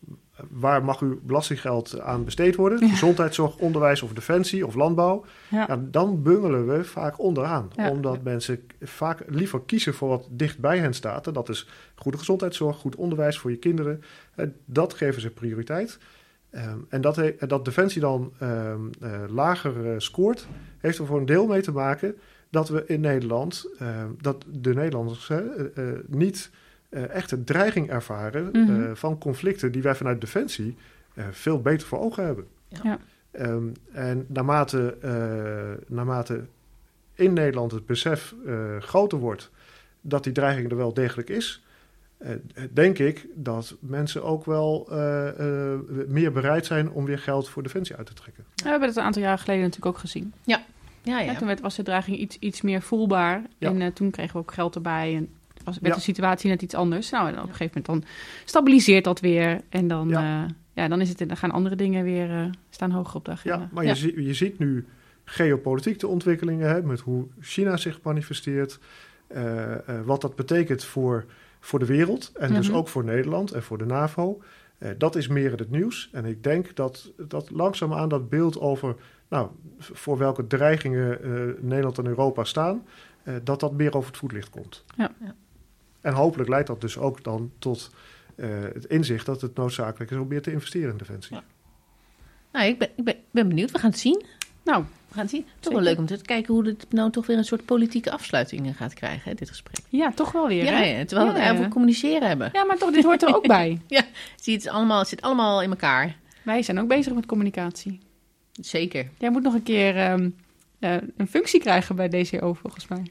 waar mag uw belastinggeld aan besteed worden? Ja. Gezondheidszorg, onderwijs of defensie of landbouw. Ja. Ja, dan bungelen we vaak onderaan. Ja. Omdat ja. mensen vaak liever kiezen voor wat dicht bij hen staat. En dat is goede gezondheidszorg, goed onderwijs voor je kinderen. En dat geven ze prioriteit. Um, en dat, he, dat defensie dan um, uh, lager uh, scoort, heeft er voor een deel mee te maken... dat we in Nederland, uh, dat de Nederlanders uh, uh, niet uh, echt een dreiging ervaren... Mm-hmm. Uh, van conflicten die wij vanuit Defensie uh, veel beter voor ogen hebben. Ja. Um, en naarmate, uh, naarmate in Nederland het besef uh, groter wordt... dat die dreiging er wel degelijk is... Uh, denk ik dat mensen ook wel uh, uh, meer bereid zijn om weer geld voor Defensie uit te trekken. Ja, we hebben het een aantal jaren geleden natuurlijk ook gezien. Ja. Ja, ja. Ja, toen werd, was de dreiging iets, iets meer voelbaar. Ja. En uh, toen kregen we ook geld erbij. En was, werd ja. de situatie net iets anders. Nou, en op een gegeven moment dan stabiliseert dat weer. En dan, ja. Uh, ja, dan, is het, dan gaan andere dingen weer uh, staan hoger op de agenda. Ja, maar ja. Je, zie, je ziet nu geopolitiek de ontwikkelingen. Hè, met hoe China zich manifesteert. Uh, uh, wat dat betekent voor, voor de wereld. En mm-hmm. dus ook voor Nederland en voor de NAVO. Uh, dat is meer in het nieuws. En ik denk dat, dat langzaamaan dat beeld over... Nou, voor welke dreigingen uh, Nederland en Europa staan... Uh, dat dat meer over het voetlicht komt. Ja. Ja. En hopelijk leidt dat dus ook dan tot uh, het inzicht... dat het noodzakelijk is om meer te investeren in Defensie. Ja. Nou, ik ben, ik ben, ben benieuwd. We gaan het zien. Nou, we gaan het zien. Toch wel leuk om te kijken hoe het nou toch weer een soort politieke afsluiting gaat krijgen, hè, dit gesprek. Ja, toch wel weer, ja, hè? Ja, terwijl ja, we het over ja. communiceren hebben. Ja, maar toch, dit hoort er ook bij. Ja, zie, het, is allemaal, het zit allemaal in elkaar. Wij zijn ook bezig met communicatie. Zeker. Jij moet nog een keer um, uh, een functie krijgen bij D C O, volgens mij.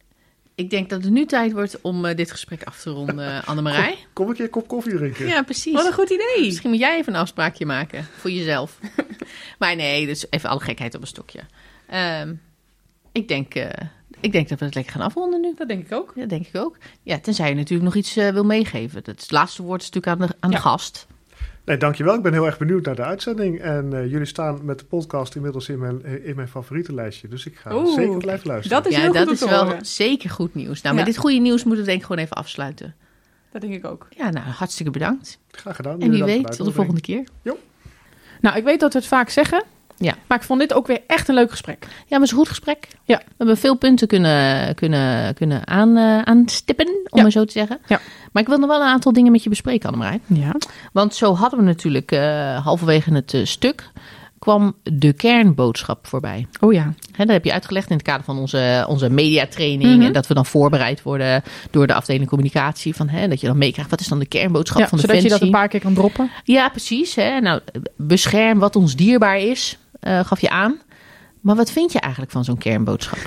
Ik denk dat het nu tijd wordt om uh, dit gesprek af te ronden, Annemarij. Kom, kom een keer een kop koffie drinken. Ja, precies. Wat een goed idee. Misschien moet jij even een afspraakje maken voor jezelf. Maar nee, dus even alle gekheid op een stokje. Um, ik, denk, uh, ik denk dat we het lekker gaan afronden nu. Dat denk ik ook. Dat denk ik ook. Ja, tenzij je natuurlijk nog iets uh, wil meegeven. Het laatste woord is natuurlijk aan de, aan ja. de gast. Nee, dankjewel. Ik ben heel erg benieuwd naar de uitzending. En uh, jullie staan met de podcast inmiddels in mijn, in mijn favorietenlijstje. Dus ik ga Oeh, zeker blijven luisteren. Dat is, ja, heel dat goed is wel horen. Zeker goed nieuws. Nou, ja. met dit goede nieuws moeten we denk ik gewoon even afsluiten. Dat denk ik ook. Ja, nou, hartstikke bedankt. Graag gedaan. En wie weet, tot de volgende keer. Jo. Nou, ik weet dat we het vaak zeggen. Ja. Maar ik vond dit ook weer echt een leuk gesprek. Ja, maar het is een goed gesprek. Ja. We hebben veel punten kunnen, kunnen, kunnen aan, uh, aanstippen, om ja. maar zo te zeggen. Ja. Maar ik wil nog wel een aantal dingen met je bespreken, Annemarij. Ja. Want zo hadden we natuurlijk uh, halverwege het uh, stuk... kwam de kernboodschap voorbij. Oh ja. He, dat heb je uitgelegd in het kader van onze, onze mediatraining. Mm-hmm. En dat we dan voorbereid worden door de afdeling communicatie. Van, he, dat je dan meekrijgt, wat is dan de kernboodschap ja, van zodat Defensie? Zodat je dat een paar keer kan droppen. Ja, precies. He. Nou, bescherm wat ons dierbaar is, uh, gaf je aan. Maar wat vind je eigenlijk van zo'n kernboodschap?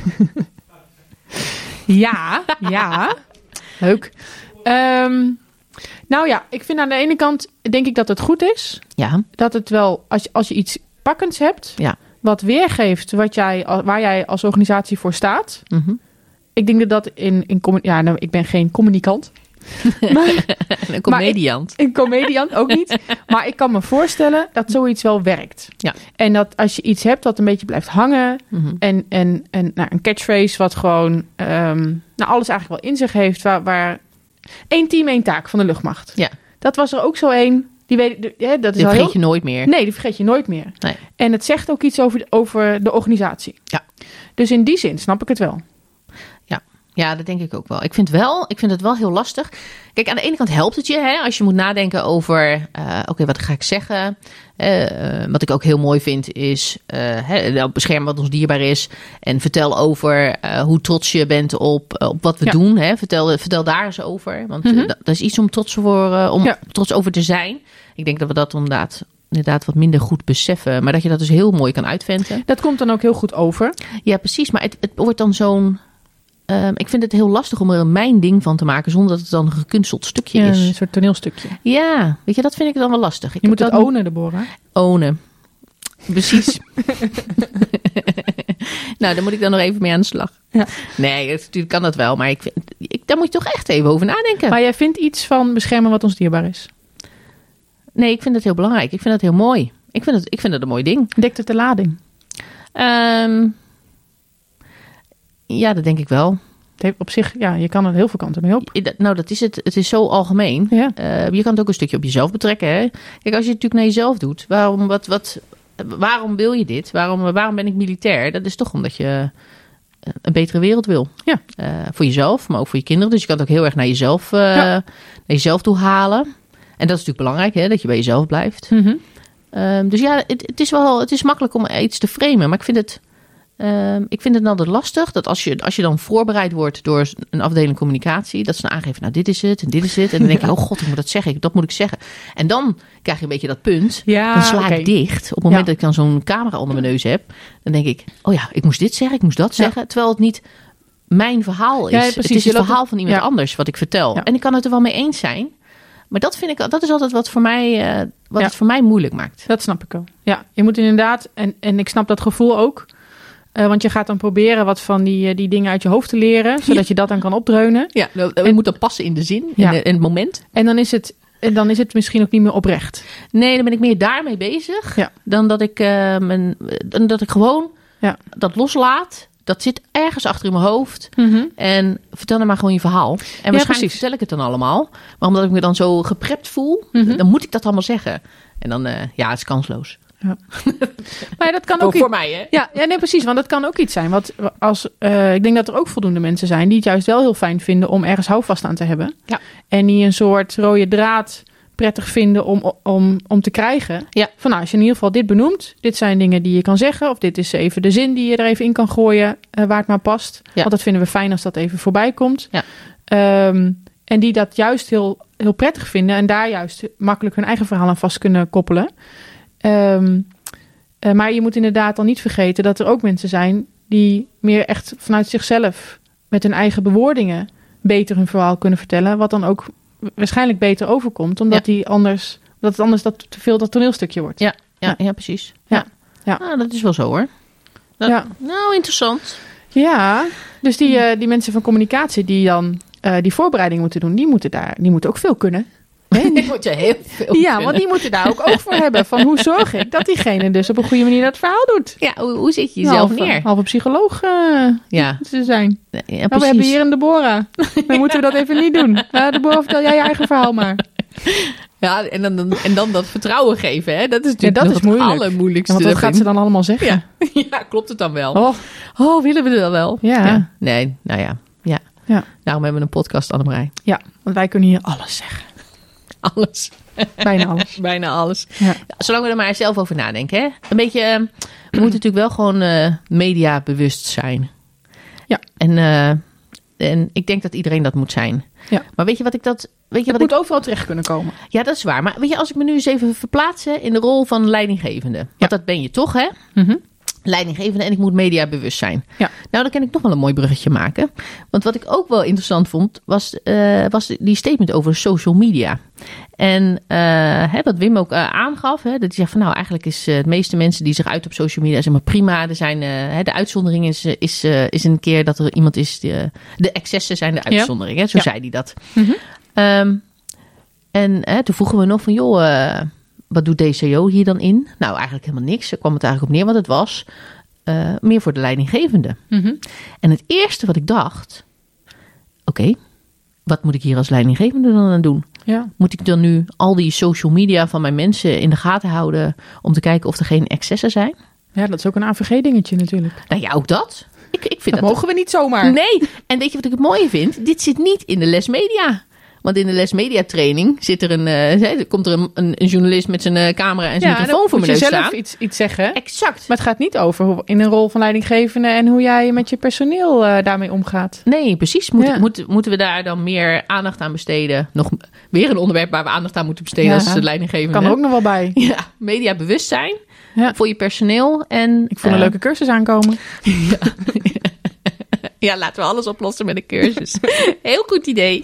Ja, ja. Leuk. Um, nou ja, ik vind aan de ene kant, denk ik dat het goed is. Ja. Dat het wel, als je, als je iets pakkends hebt, ja. wat weergeeft wat jij, waar jij als organisatie voor staat. Mm-hmm. Ik denk dat dat in, in ja, nou, ik ben geen communicant. maar, een comediant. Ik, een comediant ook niet. Maar ik kan me voorstellen dat zoiets wel werkt. Ja. En dat als je iets hebt wat een beetje blijft hangen. Mm-hmm. En, en, en nou, een catchphrase wat gewoon um, nou, alles eigenlijk wel in zich heeft. Waar, waar één team, één taak van de luchtmacht. Ja. Dat was er ook zo één. Die, weet, de, ja, dat is die al vergeet heel... je nooit meer. Nee, die vergeet je nooit meer. Nee. En het zegt ook iets over, over de organisatie. Ja. Dus in die zin snap ik het wel. Ja. Ja, dat denk ik ook wel. Ik vind, wel, ik vind het wel heel lastig. Kijk, aan de ene kant helpt het je, hè, als je moet nadenken over... Uh, Oké, okay, wat ga ik zeggen? Uh, wat ik ook heel mooi vind is... Uh, hè, beschermen wat ons dierbaar is. En vertel over uh, hoe trots je bent op, op wat we ja. doen. Hè. Vertel, vertel daar eens over. Want mm-hmm. uh, dat is iets om trots, voor, uh, om ja. trots over te zijn. Ik denk dat we dat inderdaad... inderdaad wat minder goed beseffen. Maar dat je dat dus heel mooi kan uitventen. Dat komt dan ook heel goed over. Ja, precies. Maar het, het wordt dan zo'n... Um, ik vind het heel lastig om er een mijn ding van te maken... zonder dat het dan een gekunsteld stukje ja, is. Een soort toneelstukje. Ja, weet je, dat vind ik dan wel lastig. Ik je moet het dan... ownen, Deborah. Ownen. Precies. Nou, daar moet ik dan nog even mee aan de slag. Ja. Nee, natuurlijk kan dat wel. Maar ik vind, ik, daar moet je toch echt even over nadenken. Maar jij vindt iets van beschermen wat ons dierbaar is? Nee, ik vind het heel belangrijk. Ik vind het heel mooi. Ik vind het, ik vind het een mooi ding. Dekt het de lading? Um, ja, dat denk ik wel. Het heeft op zich, ja, je kan er heel veel kanten mee op. Nou, dat is het. Het is zo algemeen. Ja. Uh, je kan het ook een stukje op jezelf betrekken. Hè? Kijk, als je het natuurlijk naar jezelf doet. Waarom, wat, wat, waarom wil je dit? Waarom, waarom ben ik militair? Dat is toch omdat je een betere wereld wil. Ja. Uh, voor jezelf, maar ook voor je kinderen. Dus je kan het ook heel erg naar jezelf, uh, ja. naar jezelf toe halen. En dat is natuurlijk belangrijk, hè? Dat je bij jezelf blijft. Mm-hmm. Um, dus ja, het, het is wel, het is makkelijk om iets te framen. Maar ik vind het... Um, ik vind het altijd lastig dat als je, als je dan voorbereid wordt door een afdeling communicatie, dat ze dan aangeven, nou dit is het en dit is het. En dan denk je, ja. oh god, ik moet dat zeggen, dat moet ik zeggen. En dan krijg je een beetje dat punt. Ja, dan sla okay. ik dicht. Op het moment ja. dat ik dan zo'n camera onder mijn neus heb, dan denk ik, oh ja, ik moest dit zeggen, ik moest dat ja. zeggen. Terwijl het niet mijn verhaal is. Ja, ja, het is het verhaal van iemand ja. anders wat ik vertel. Ja. En ik kan het er wel mee eens zijn. Maar dat vind ik, dat is altijd wat voor mij, uh, wat ja. het voor mij moeilijk maakt. Dat snap ik ook. Ja, je moet inderdaad, en, en ik snap dat gevoel ook. Uh, want je gaat dan proberen wat van die, uh, die dingen uit je hoofd te leren, zodat je dat dan kan opdreunen. Ja, nou, het moet dan passen in de zin, in, ja. de, in het moment. En dan is het, en dan is het misschien ook niet meer oprecht. Nee, dan ben ik meer daarmee bezig, ja. dan dat ik, uh, mijn, dan dat ik gewoon ja. dat loslaat. Dat zit ergens achter in mijn hoofd. Mm-hmm. En vertel dan maar gewoon je verhaal. En ja, waarschijnlijk precies. vertel ik het dan allemaal. Maar omdat ik me dan zo geprept voel, mm-hmm. dan moet ik dat allemaal zeggen. En dan, uh, ja, het is kansloos. Ja. Maar dat kan ook voor, voor mij, hè? Ja, ja, nee, precies. Want dat kan ook iets zijn. Wat als, uh, ik denk dat er ook voldoende mensen zijn die het juist wel heel fijn vinden om ergens houvast aan te hebben. Ja. En die een soort rode draad prettig vinden om, om, om te krijgen. Ja. Van nou, als je in ieder geval dit benoemt, dit zijn dingen die je kan zeggen. Of dit is even de zin die je er even in kan gooien, uh, waar het maar past. Ja. Want dat vinden we fijn als dat even voorbij komt. Ja. Um, en die dat juist heel, heel prettig vinden en daar juist makkelijk hun eigen verhaal aan vast kunnen koppelen. Um, uh, maar je moet inderdaad dan niet vergeten dat er ook mensen zijn die meer echt vanuit zichzelf met hun eigen bewoordingen beter hun verhaal kunnen vertellen. Wat dan ook waarschijnlijk beter overkomt, omdat ja. die anders, dat het anders dat te veel dat toneelstukje wordt. Ja, ja, ja. ja precies. Ja. Ja. Ah, dat is wel zo hoor. Dat, ja. Nou, interessant. Ja, dus die, uh, die mensen van communicatie die dan uh, die voorbereiding moeten doen, die moeten daar, die moeten ook veel kunnen. Nee, die moet je heel veel Ja, kunnen. Want die moeten daar ook oog voor hebben. Van hoe zorg ik dat diegene dus op een goede manier dat verhaal doet. Ja, hoe, hoe zit je jezelf halve, neer? Halve psycholoog uh, ja. te zijn. Ja, nou, we hebben hier een Deborah. Dan moeten we dat even niet doen. Uh, Deborah, vertel jij je eigen verhaal maar. Ja, en dan, en dan dat vertrouwen geven. Hè? Dat is natuurlijk ja, dat is moeilijk. het allermoeilijkste. Ja, want wat gaat ze dan allemaal zeggen? Ja. ja, klopt het dan wel? Oh, oh willen we dat wel? Ja. ja. Nee, nou ja. ja. ja. Daarom hebben we een podcast, Annemarij. Ja, want wij kunnen hier alles zeggen. Alles. Bijna alles. Bijna alles. Ja. Zolang we er maar zelf over nadenken. Hè? Een beetje, uh, we moeten natuurlijk wel gewoon uh, mediabewust zijn. Ja. En, uh, en ik denk dat iedereen dat moet zijn. Ja. Maar weet je wat ik dat... Weet je het wat moet ik... overal terecht kunnen komen. Ja, dat is waar. Maar weet je, als ik me nu eens even verplaats in de rol van leidinggevende. Want ja. dat ben je toch, hè? Mm-hmm. leidinggevende en ik moet mediabewust zijn. Ja. Nou, dan kan ik nog wel een mooi bruggetje maken. Want wat ik ook wel interessant vond, was, uh, was die statement over social media. En uh, hè, wat Wim ook uh, aangaf, hè, dat hij zegt van nou, eigenlijk is uh, de meeste mensen die zich uit op social media, zeg maar prima. Er zijn, uh, hè, de uitzondering is, is, uh, is een keer dat er iemand is, die, uh, de excessen zijn de uitzondering. Ja. Hè, zo ja. zei hij dat. Mm-hmm. Um, en hè, toen vroegen we nog van joh, uh, wat doet D C O hier dan in? Nou, eigenlijk helemaal niks. Daar kwam het eigenlijk op neer, want het was uh, meer voor de leidinggevende. Mm-hmm. En het eerste wat ik dacht, oké, okay, wat moet ik hier als leidinggevende dan aan doen? Ja. Moet ik dan nu al die social media van mijn mensen in de gaten houden om te kijken of er geen excessen zijn? Ja, dat is ook een A V G-dingetje natuurlijk. Nou ja, ook dat. Ik, ik vind dat, dat mogen we niet zomaar. Nee, en weet je wat ik het mooie vind? Dit zit niet in de les media. Want in de les media training zit er een, uh, komt er een, een, een journalist met zijn uh, camera en zijn ja, microfoon voor me mijn neus zelf staan. Iets, iets zeggen. Exact. Maar het gaat niet over hoe, in een rol van leidinggevende en hoe jij met je personeel uh, daarmee omgaat. Nee, precies. Moet, ja. moet, moeten we daar dan meer aandacht aan besteden? Nog weer een onderwerp waar we aandacht aan moeten besteden ja, als leidinggevende. Kan er ook nog wel bij. Ja, mediabewustzijn ja. voor je personeel. En, ik voel uh, een leuke cursus aankomen. Ja. Ja, laten we alles oplossen met een cursus. Heel goed idee.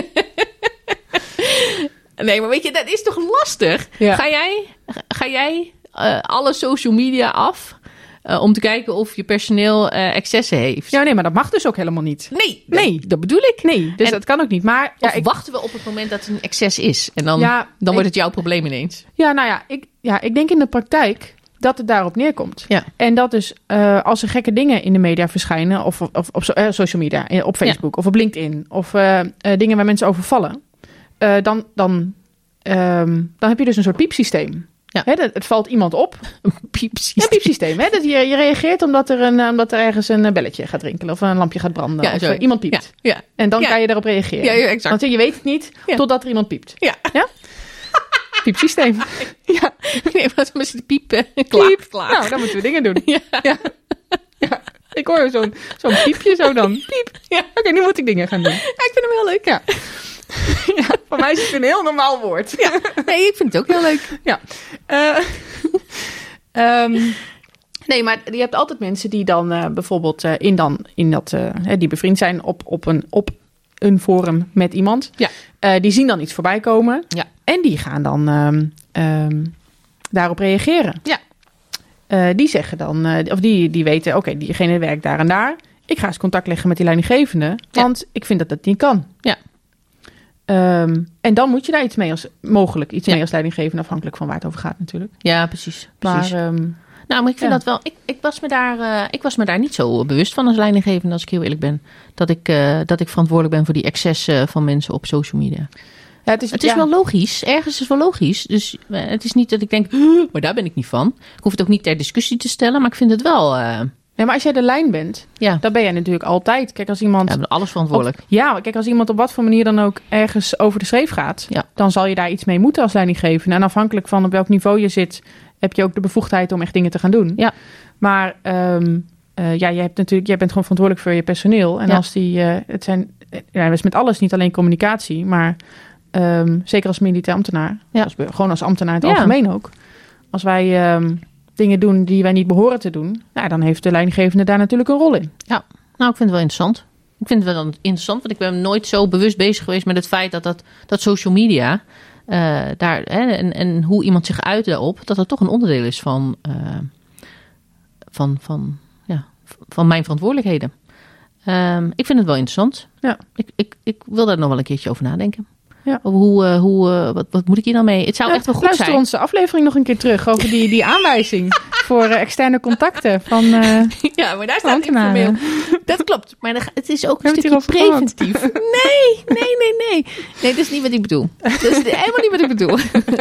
Nee, maar weet je, dat is toch lastig? Ja. Ga jij, ga jij uh, alle social media af uh, om te kijken of je personeel uh, excessen heeft? Ja, nee, maar dat mag dus ook helemaal niet. Nee, nee, dat, dat bedoel ik. Nee, dus en, dat kan ook niet. Maar ja, of ik, wachten we op het moment dat het een excess is en dan, ja, dan wordt het jouw probleem ineens. Ja, nou ja ik, ja, ik denk in de praktijk dat het daarop neerkomt. Ja. En dat dus uh, als er gekke dingen in de media verschijnen, of, of op uh, social media, op Facebook ja. of op LinkedIn, of uh, uh, dingen waar mensen over vallen, uh, dan, dan, um, dan heb je dus een soort piepsysteem. Ja. Hè, dat, het valt iemand op. Een piepsysteem. Ja, piepsysteem. Hè? Dat je, je reageert omdat er, een, omdat er ergens een belletje gaat rinkelen of een lampje gaat branden. Ja, of uh, iemand piept. Ja. Ja. En dan ja. kan je daarop reageren. Ja, ja, exact. Want je weet het niet ja. totdat er iemand piept. Ja. Ja? Piepsysteem. Ja. Nee, maar met z'n piepen. Klaar, Piep. klaar. Nou, dan moeten we dingen doen. Ja. Ja. Ja. Ik hoor zo'n, zo'n piepje zo dan. Piep. Ja. Oké, okay, nu moet ik dingen gaan doen. Ja, ik vind hem heel leuk. Ja. Ja, voor mij is het een heel normaal woord. Ja. Nee, ik vind het ook heel leuk. Ja. Uh, um, nee, maar je hebt altijd mensen die dan uh, bijvoorbeeld uh, in, dan, in dat, uh, die bevriend zijn op, op, een, op een forum met iemand. Ja. Uh, die zien dan iets voorbij komen. Ja. En die gaan dan um, um, daarop reageren. Ja. Uh, die zeggen dan, uh, of die, die weten, oké, okay, diegene werkt daar en daar. Ik ga eens contact leggen met die leidinggevende, want ja. ik vind dat dat niet kan. Ja. Um, en dan moet je daar iets mee als, mogelijk iets ja. mee als leidinggevende, afhankelijk van waar het over gaat natuurlijk. Ja, precies. precies. Maar, um, nou, maar ik vind ja. dat wel, ik, ik, was me daar, uh, ik was me daar niet zo bewust van als leidinggevende, als ik heel eerlijk ben. Dat ik, uh, dat ik verantwoordelijk ben voor die excessen van mensen op social media. Ja, het is, het is ja. wel logisch. Ergens is het wel logisch. Dus uh, het is niet dat ik denk, maar daar ben ik niet van. Ik hoef het ook niet ter discussie te stellen, maar ik vind het wel... Uh, Ja, maar als jij de lijn bent, ja. dan ben jij natuurlijk altijd... Kijk, als iemand... Ja, alles verantwoordelijk. Op, ja, kijk, als iemand op wat voor manier dan ook ergens over de schreef gaat... Ja. dan zal je daar iets mee moeten als leidinggevende. En afhankelijk van op welk niveau je zit... heb je ook de bevoegdheid om echt dingen te gaan doen. Ja. Maar um, uh, ja, je hebt natuurlijk, jij bent gewoon verantwoordelijk voor je personeel. En ja. als die... Uh, het zijn, ja, het is met alles niet alleen communicatie, maar... Um, zeker als militair ambtenaar. Ja. Als, gewoon als ambtenaar in het ja. algemeen ook. Als wij... Um, dingen doen die wij niet behoren te doen, nou, dan heeft de leidinggevende daar natuurlijk een rol in. Ja, nou, ik vind het wel interessant. Ik vind het wel interessant, want ik ben nooit zo bewust bezig geweest met het feit dat, dat, dat social media, uh, daar, hè, en, en hoe iemand zich uit daarop, dat dat toch een onderdeel is van, uh, van, van, ja, van mijn verantwoordelijkheden. Um, ik vind het wel interessant. Ja. Ik, ik, ik wil daar nog wel een keertje over nadenken. Ja. Hoe, uh, hoe, uh, wat, wat moet ik hier nou mee? Het zou ja, echt wel goed luister zijn. Luister onze aflevering nog een keer terug over die, die aanwijzing voor uh, externe contacten van uh, ja, maar daar staat informeel. Dat klopt. Maar dan, het is ook een stukje preventief. Gehad. Nee, nee, nee, nee. Nee, dat is niet wat ik bedoel. Dat is helemaal niet wat ik bedoel.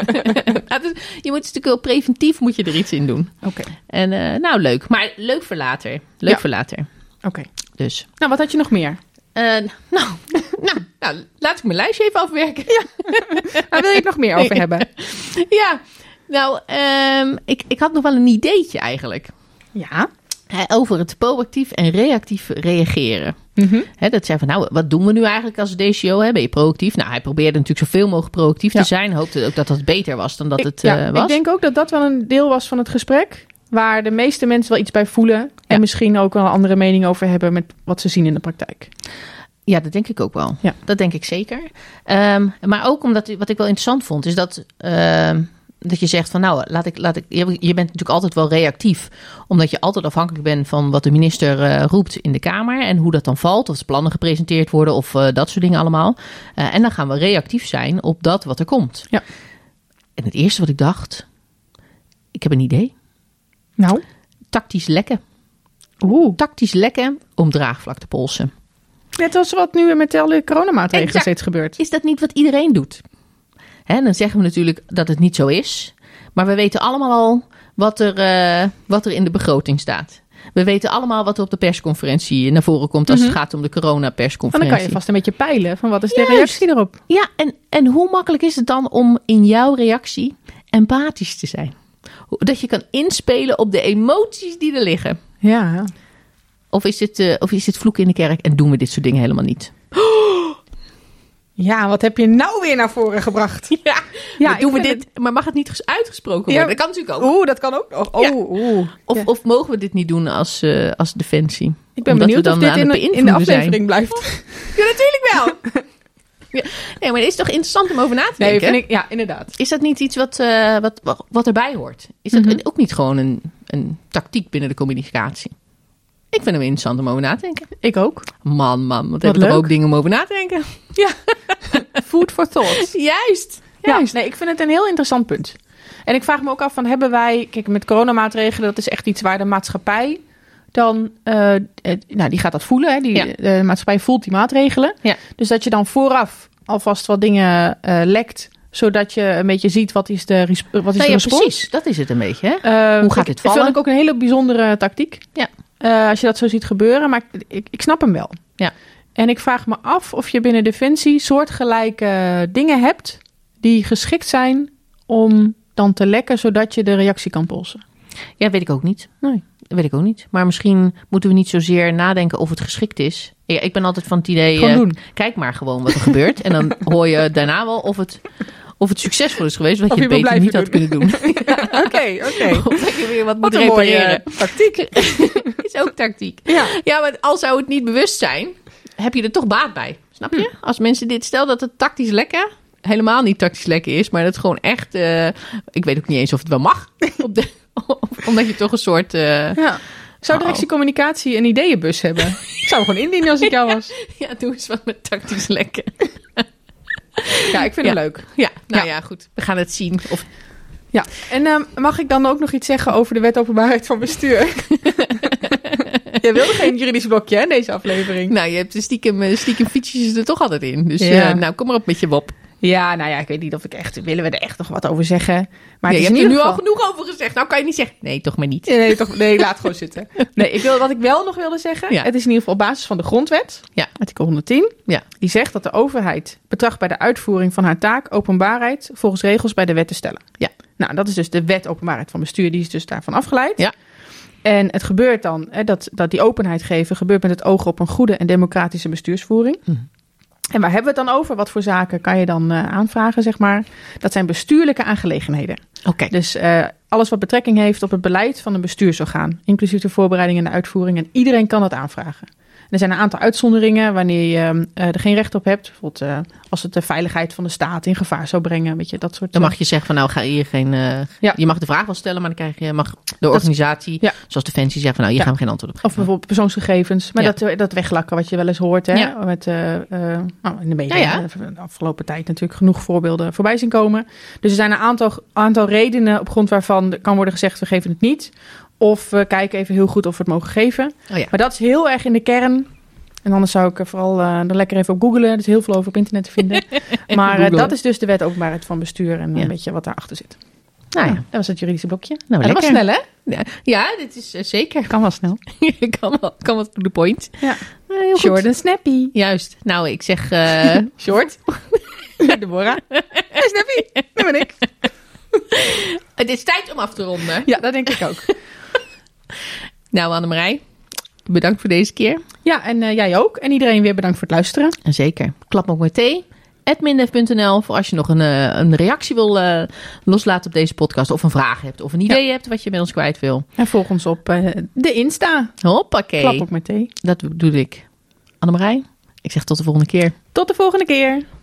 Je moet een stukje wel preventief moet je er iets in doen. Oké. Okay. En uh, nou, leuk. Maar leuk voor later. Leuk ja. voor later. Oké. Okay. Dus. Nou, wat had je nog meer? Uh, nou, nou, nou, laat ik mijn lijstje even afwerken. Ja. Waar wil je het nog meer over hebben? Ja, nou, um, ik, ik had nog wel een ideetje eigenlijk. Ja. He, over het proactief en reactief reageren. Mm-hmm. He, dat zei van, nou, wat doen we nu eigenlijk als D C O? He, ben je proactief? Nou, hij probeerde natuurlijk zoveel mogelijk proactief ja. te zijn. Hoopte ook dat dat beter was dan dat ik, het ja, uh, was. Ik denk ook dat dat wel een deel was van het gesprek. waar de meeste mensen wel iets bij voelen. En Ja. misschien ook wel een andere mening over hebben met wat ze zien in de praktijk. Ja, dat denk ik ook wel. Ja. Dat denk ik zeker. Um, maar ook omdat, wat ik wel interessant vond, is dat, um, dat je zegt van nou, laat ik, laat ik, je bent natuurlijk altijd wel reactief. Omdat je altijd afhankelijk bent van wat de minister uh, roept in de Kamer. En hoe dat dan valt, of de plannen gepresenteerd worden of uh, dat soort dingen allemaal. Uh, en dan gaan we reactief zijn op dat wat er komt. Ja. En het eerste wat ik dacht, ik heb een idee. Nou? Tactisch lekken. Oeh. Tactisch lekken om draagvlak te polsen. Net als wat nu met alle coronamaatregelen Exact. steeds gebeurt. Is dat niet wat iedereen doet? Hè, dan zeggen we natuurlijk dat het niet zo is. Maar we weten allemaal al wat er, uh, wat er in de begroting staat. We weten allemaal wat er op de persconferentie naar voren komt als Mm-hmm. het gaat om de Maar coronapersconferentie. dan kan je vast een beetje peilen van wat is de Juist. reactie erop. Ja, en, en hoe makkelijk is het dan om in jouw reactie empathisch te zijn? Dat je kan inspelen op de emoties die er liggen. Ja. Of is het, uh, of is het vloeken in de kerk en doen we dit soort dingen helemaal niet? Ja, wat heb je nou weer naar voren gebracht? Ja, Ja, maar doen we ik vind dit, maar mag het niet ges- uitgesproken Ja. worden? Dat kan natuurlijk ook. Oeh, dat kan ook nog. Oh, Ja. oeh. Of, Ja. of mogen we dit niet doen als, uh, als defensie? Ik ben Omdat benieuwd we of dan dit aan in, het de- in de beïnvloeden zijn. aflevering blijft. Ja, natuurlijk wel. ja. Nee, maar het is toch interessant om over na te Nee, denken? vind ik, ja, inderdaad. Is dat niet iets wat, uh, wat, wat, wat erbij hoort? Is dat Mhm. ook niet gewoon een, een tactiek binnen de communicatie? Ik vind hem interessant om over na te denken. Ik ook. Man, man, wat, Wat hebben we toch leuk. ook dingen om over na te denken? Food for thought. Juist. Ja, Juist. nee, ik vind het een heel interessant punt. En ik vraag me ook af van, hebben wij... Kijk, met coronamaatregelen, dat is echt iets waar de maatschappij dan... Uh, het, nou, die gaat dat voelen. Hè? Die, Ja. De maatschappij voelt die maatregelen. Ja. Dus dat je dan vooraf alvast wat dingen uh, lekt... zodat je een beetje ziet wat is de, res- wat is Nou de ja, respons. precies. Dat is het een beetje, hè? Uh, Hoe gaat ik- dit Dat vallen? vind ik ook een hele bijzondere tactiek. Ja. Uh, als je dat zo ziet gebeuren. Maar ik, ik, ik snap hem wel. Ja. En ik vraag me af of je binnen Defensie soortgelijke dingen hebt... die geschikt zijn om dan te lekken... zodat je de reactie kan polsen. Ja, weet ik ook niet. Nee. Dat weet ik ook niet. Maar misschien moeten we niet zozeer nadenken of het geschikt is. Ja, ik ben altijd van het idee, Gewoon uh, doen. kijk maar gewoon wat er gebeurt. En dan hoor je daarna wel of het, of het succesvol is geweest. Of dat Of je je het wil beter niet blijven had kunnen doen. Oké, oké. Of dat je weer wat, Wat moet een mooie repareren. uh, tactiek. Is ook tactiek. Ja. Ja, maar al zou het niet bewust zijn, heb je er toch baat bij. Snap je? Als mensen dit, stel dat het tactisch lekken, helemaal niet tactisch lekken is, maar dat het gewoon echt, uh, ik weet ook niet eens of het wel mag. Op de, omdat je toch een soort... Uh, Ja. Zou directiecommunicatie een ideeënbus hebben? Ik zou hem gewoon indienen als ik jou was. ja, doe eens wat met tactisch lekken. Ja, ik vind Ja. hem leuk. Ja, nou Ja. ja, goed. We gaan het zien. Of... Ja. En uh, mag ik dan ook nog iets zeggen over de wet openbaarheid van bestuur? Jij wilde geen juridisch blokje, hè, in deze aflevering? Nou, je hebt de stiekem, stiekem fietsjes er toch altijd in. Dus Ja. uh, nou, kom maar op met je wop. Ja, nou ja, ik weet niet of ik echt... Willen we er echt nog wat over zeggen? Maar Ja, het je is hebt in er ieder nu geval... al genoeg over gezegd. Nou kan je niet zeggen, nee, toch maar niet. Nee, nee, toch, nee, laat gewoon zitten. Nee, ik wil, wat ik wel nog wilde zeggen... Ja. Het is in ieder geval op basis van de grondwet... Ja. artikel honderdtien... Ja. die zegt dat de overheid betracht bij de uitvoering van haar taak... openbaarheid volgens regels bij de wet te stellen. Ja. Nou, dat is dus de wet openbaarheid van bestuur... die is dus daarvan afgeleid. Ja. En het gebeurt dan, hè, dat, dat die openheid geven... gebeurt met het oog op een goede en democratische bestuursvoering... Mhm. En waar hebben we het dan over? Wat voor zaken kan je dan uh, aanvragen, zeg maar? Dat zijn bestuurlijke aangelegenheden. Oké. Okay. Dus uh, alles wat betrekking heeft op het beleid van een bestuursorgaan. Inclusief de voorbereiding en de uitvoering. En iedereen kan dat aanvragen. En er zijn een aantal uitzonderingen wanneer je uh, er geen recht op hebt. Bijvoorbeeld uh, als het de veiligheid van de staat in gevaar zou brengen. Weet je, dat soort. Dan mag je zeggen van nou ga hier geen... Uh, ja. Je mag de vraag wel stellen, maar dan krijg je mag de organisatie, ja. zoals Defensie, zegt van nou hier ja. gaan we geen antwoord op geven. Of bijvoorbeeld persoonsgegevens. Maar Ja. dat, dat weglakken wat je wel eens hoort. Hè? Ja. Met, uh, uh, nou, in de media Ja, ja. de afgelopen tijd natuurlijk genoeg voorbeelden voorbij zien komen. Dus er zijn een aantal, aantal redenen op grond waarvan kan worden gezegd we geven het niet. Of we kijken even heel goed of we het mogen geven. Oh ja. Maar dat is heel erg in de kern. En anders zou ik er vooral uh, er lekker even op googlen. Er is heel veel over op internet te vinden. maar uh, dat is dus de wet openbaarheid van bestuur en Ja. een beetje wat daarachter zit. Nou ja. Dat was het juridische blokje. Nou, dat was lekker. snel, hè? Ja, ja, dit is uh, zeker. Kan wel snel. kan wel, kan wel to the point. Ja. Uh, heel Short goed. en snappy. Juist. Nou, ik zeg... Uh... Short. Deborah. Hey, snappy. Dat ben ik. Het is tijd om af te ronden. Ja, dat denk ik ook. Nou, Annemarij, bedankt voor deze keer. Ja, en uh, jij ook. En iedereen weer bedankt voor het luisteren. En zeker. Klap me op mijn thee. at mindef punt n l voor als je nog een, uh, een reactie wil uh, loslaten op deze podcast. Of een vraag hebt. Of een idee ja. hebt wat je met ons kwijt wil. En volg ons op uh, de Insta. Hoppakee. Klap op met thee. Dat doe, doe ik. Annemarij, ik zeg tot de volgende keer. Tot de volgende keer.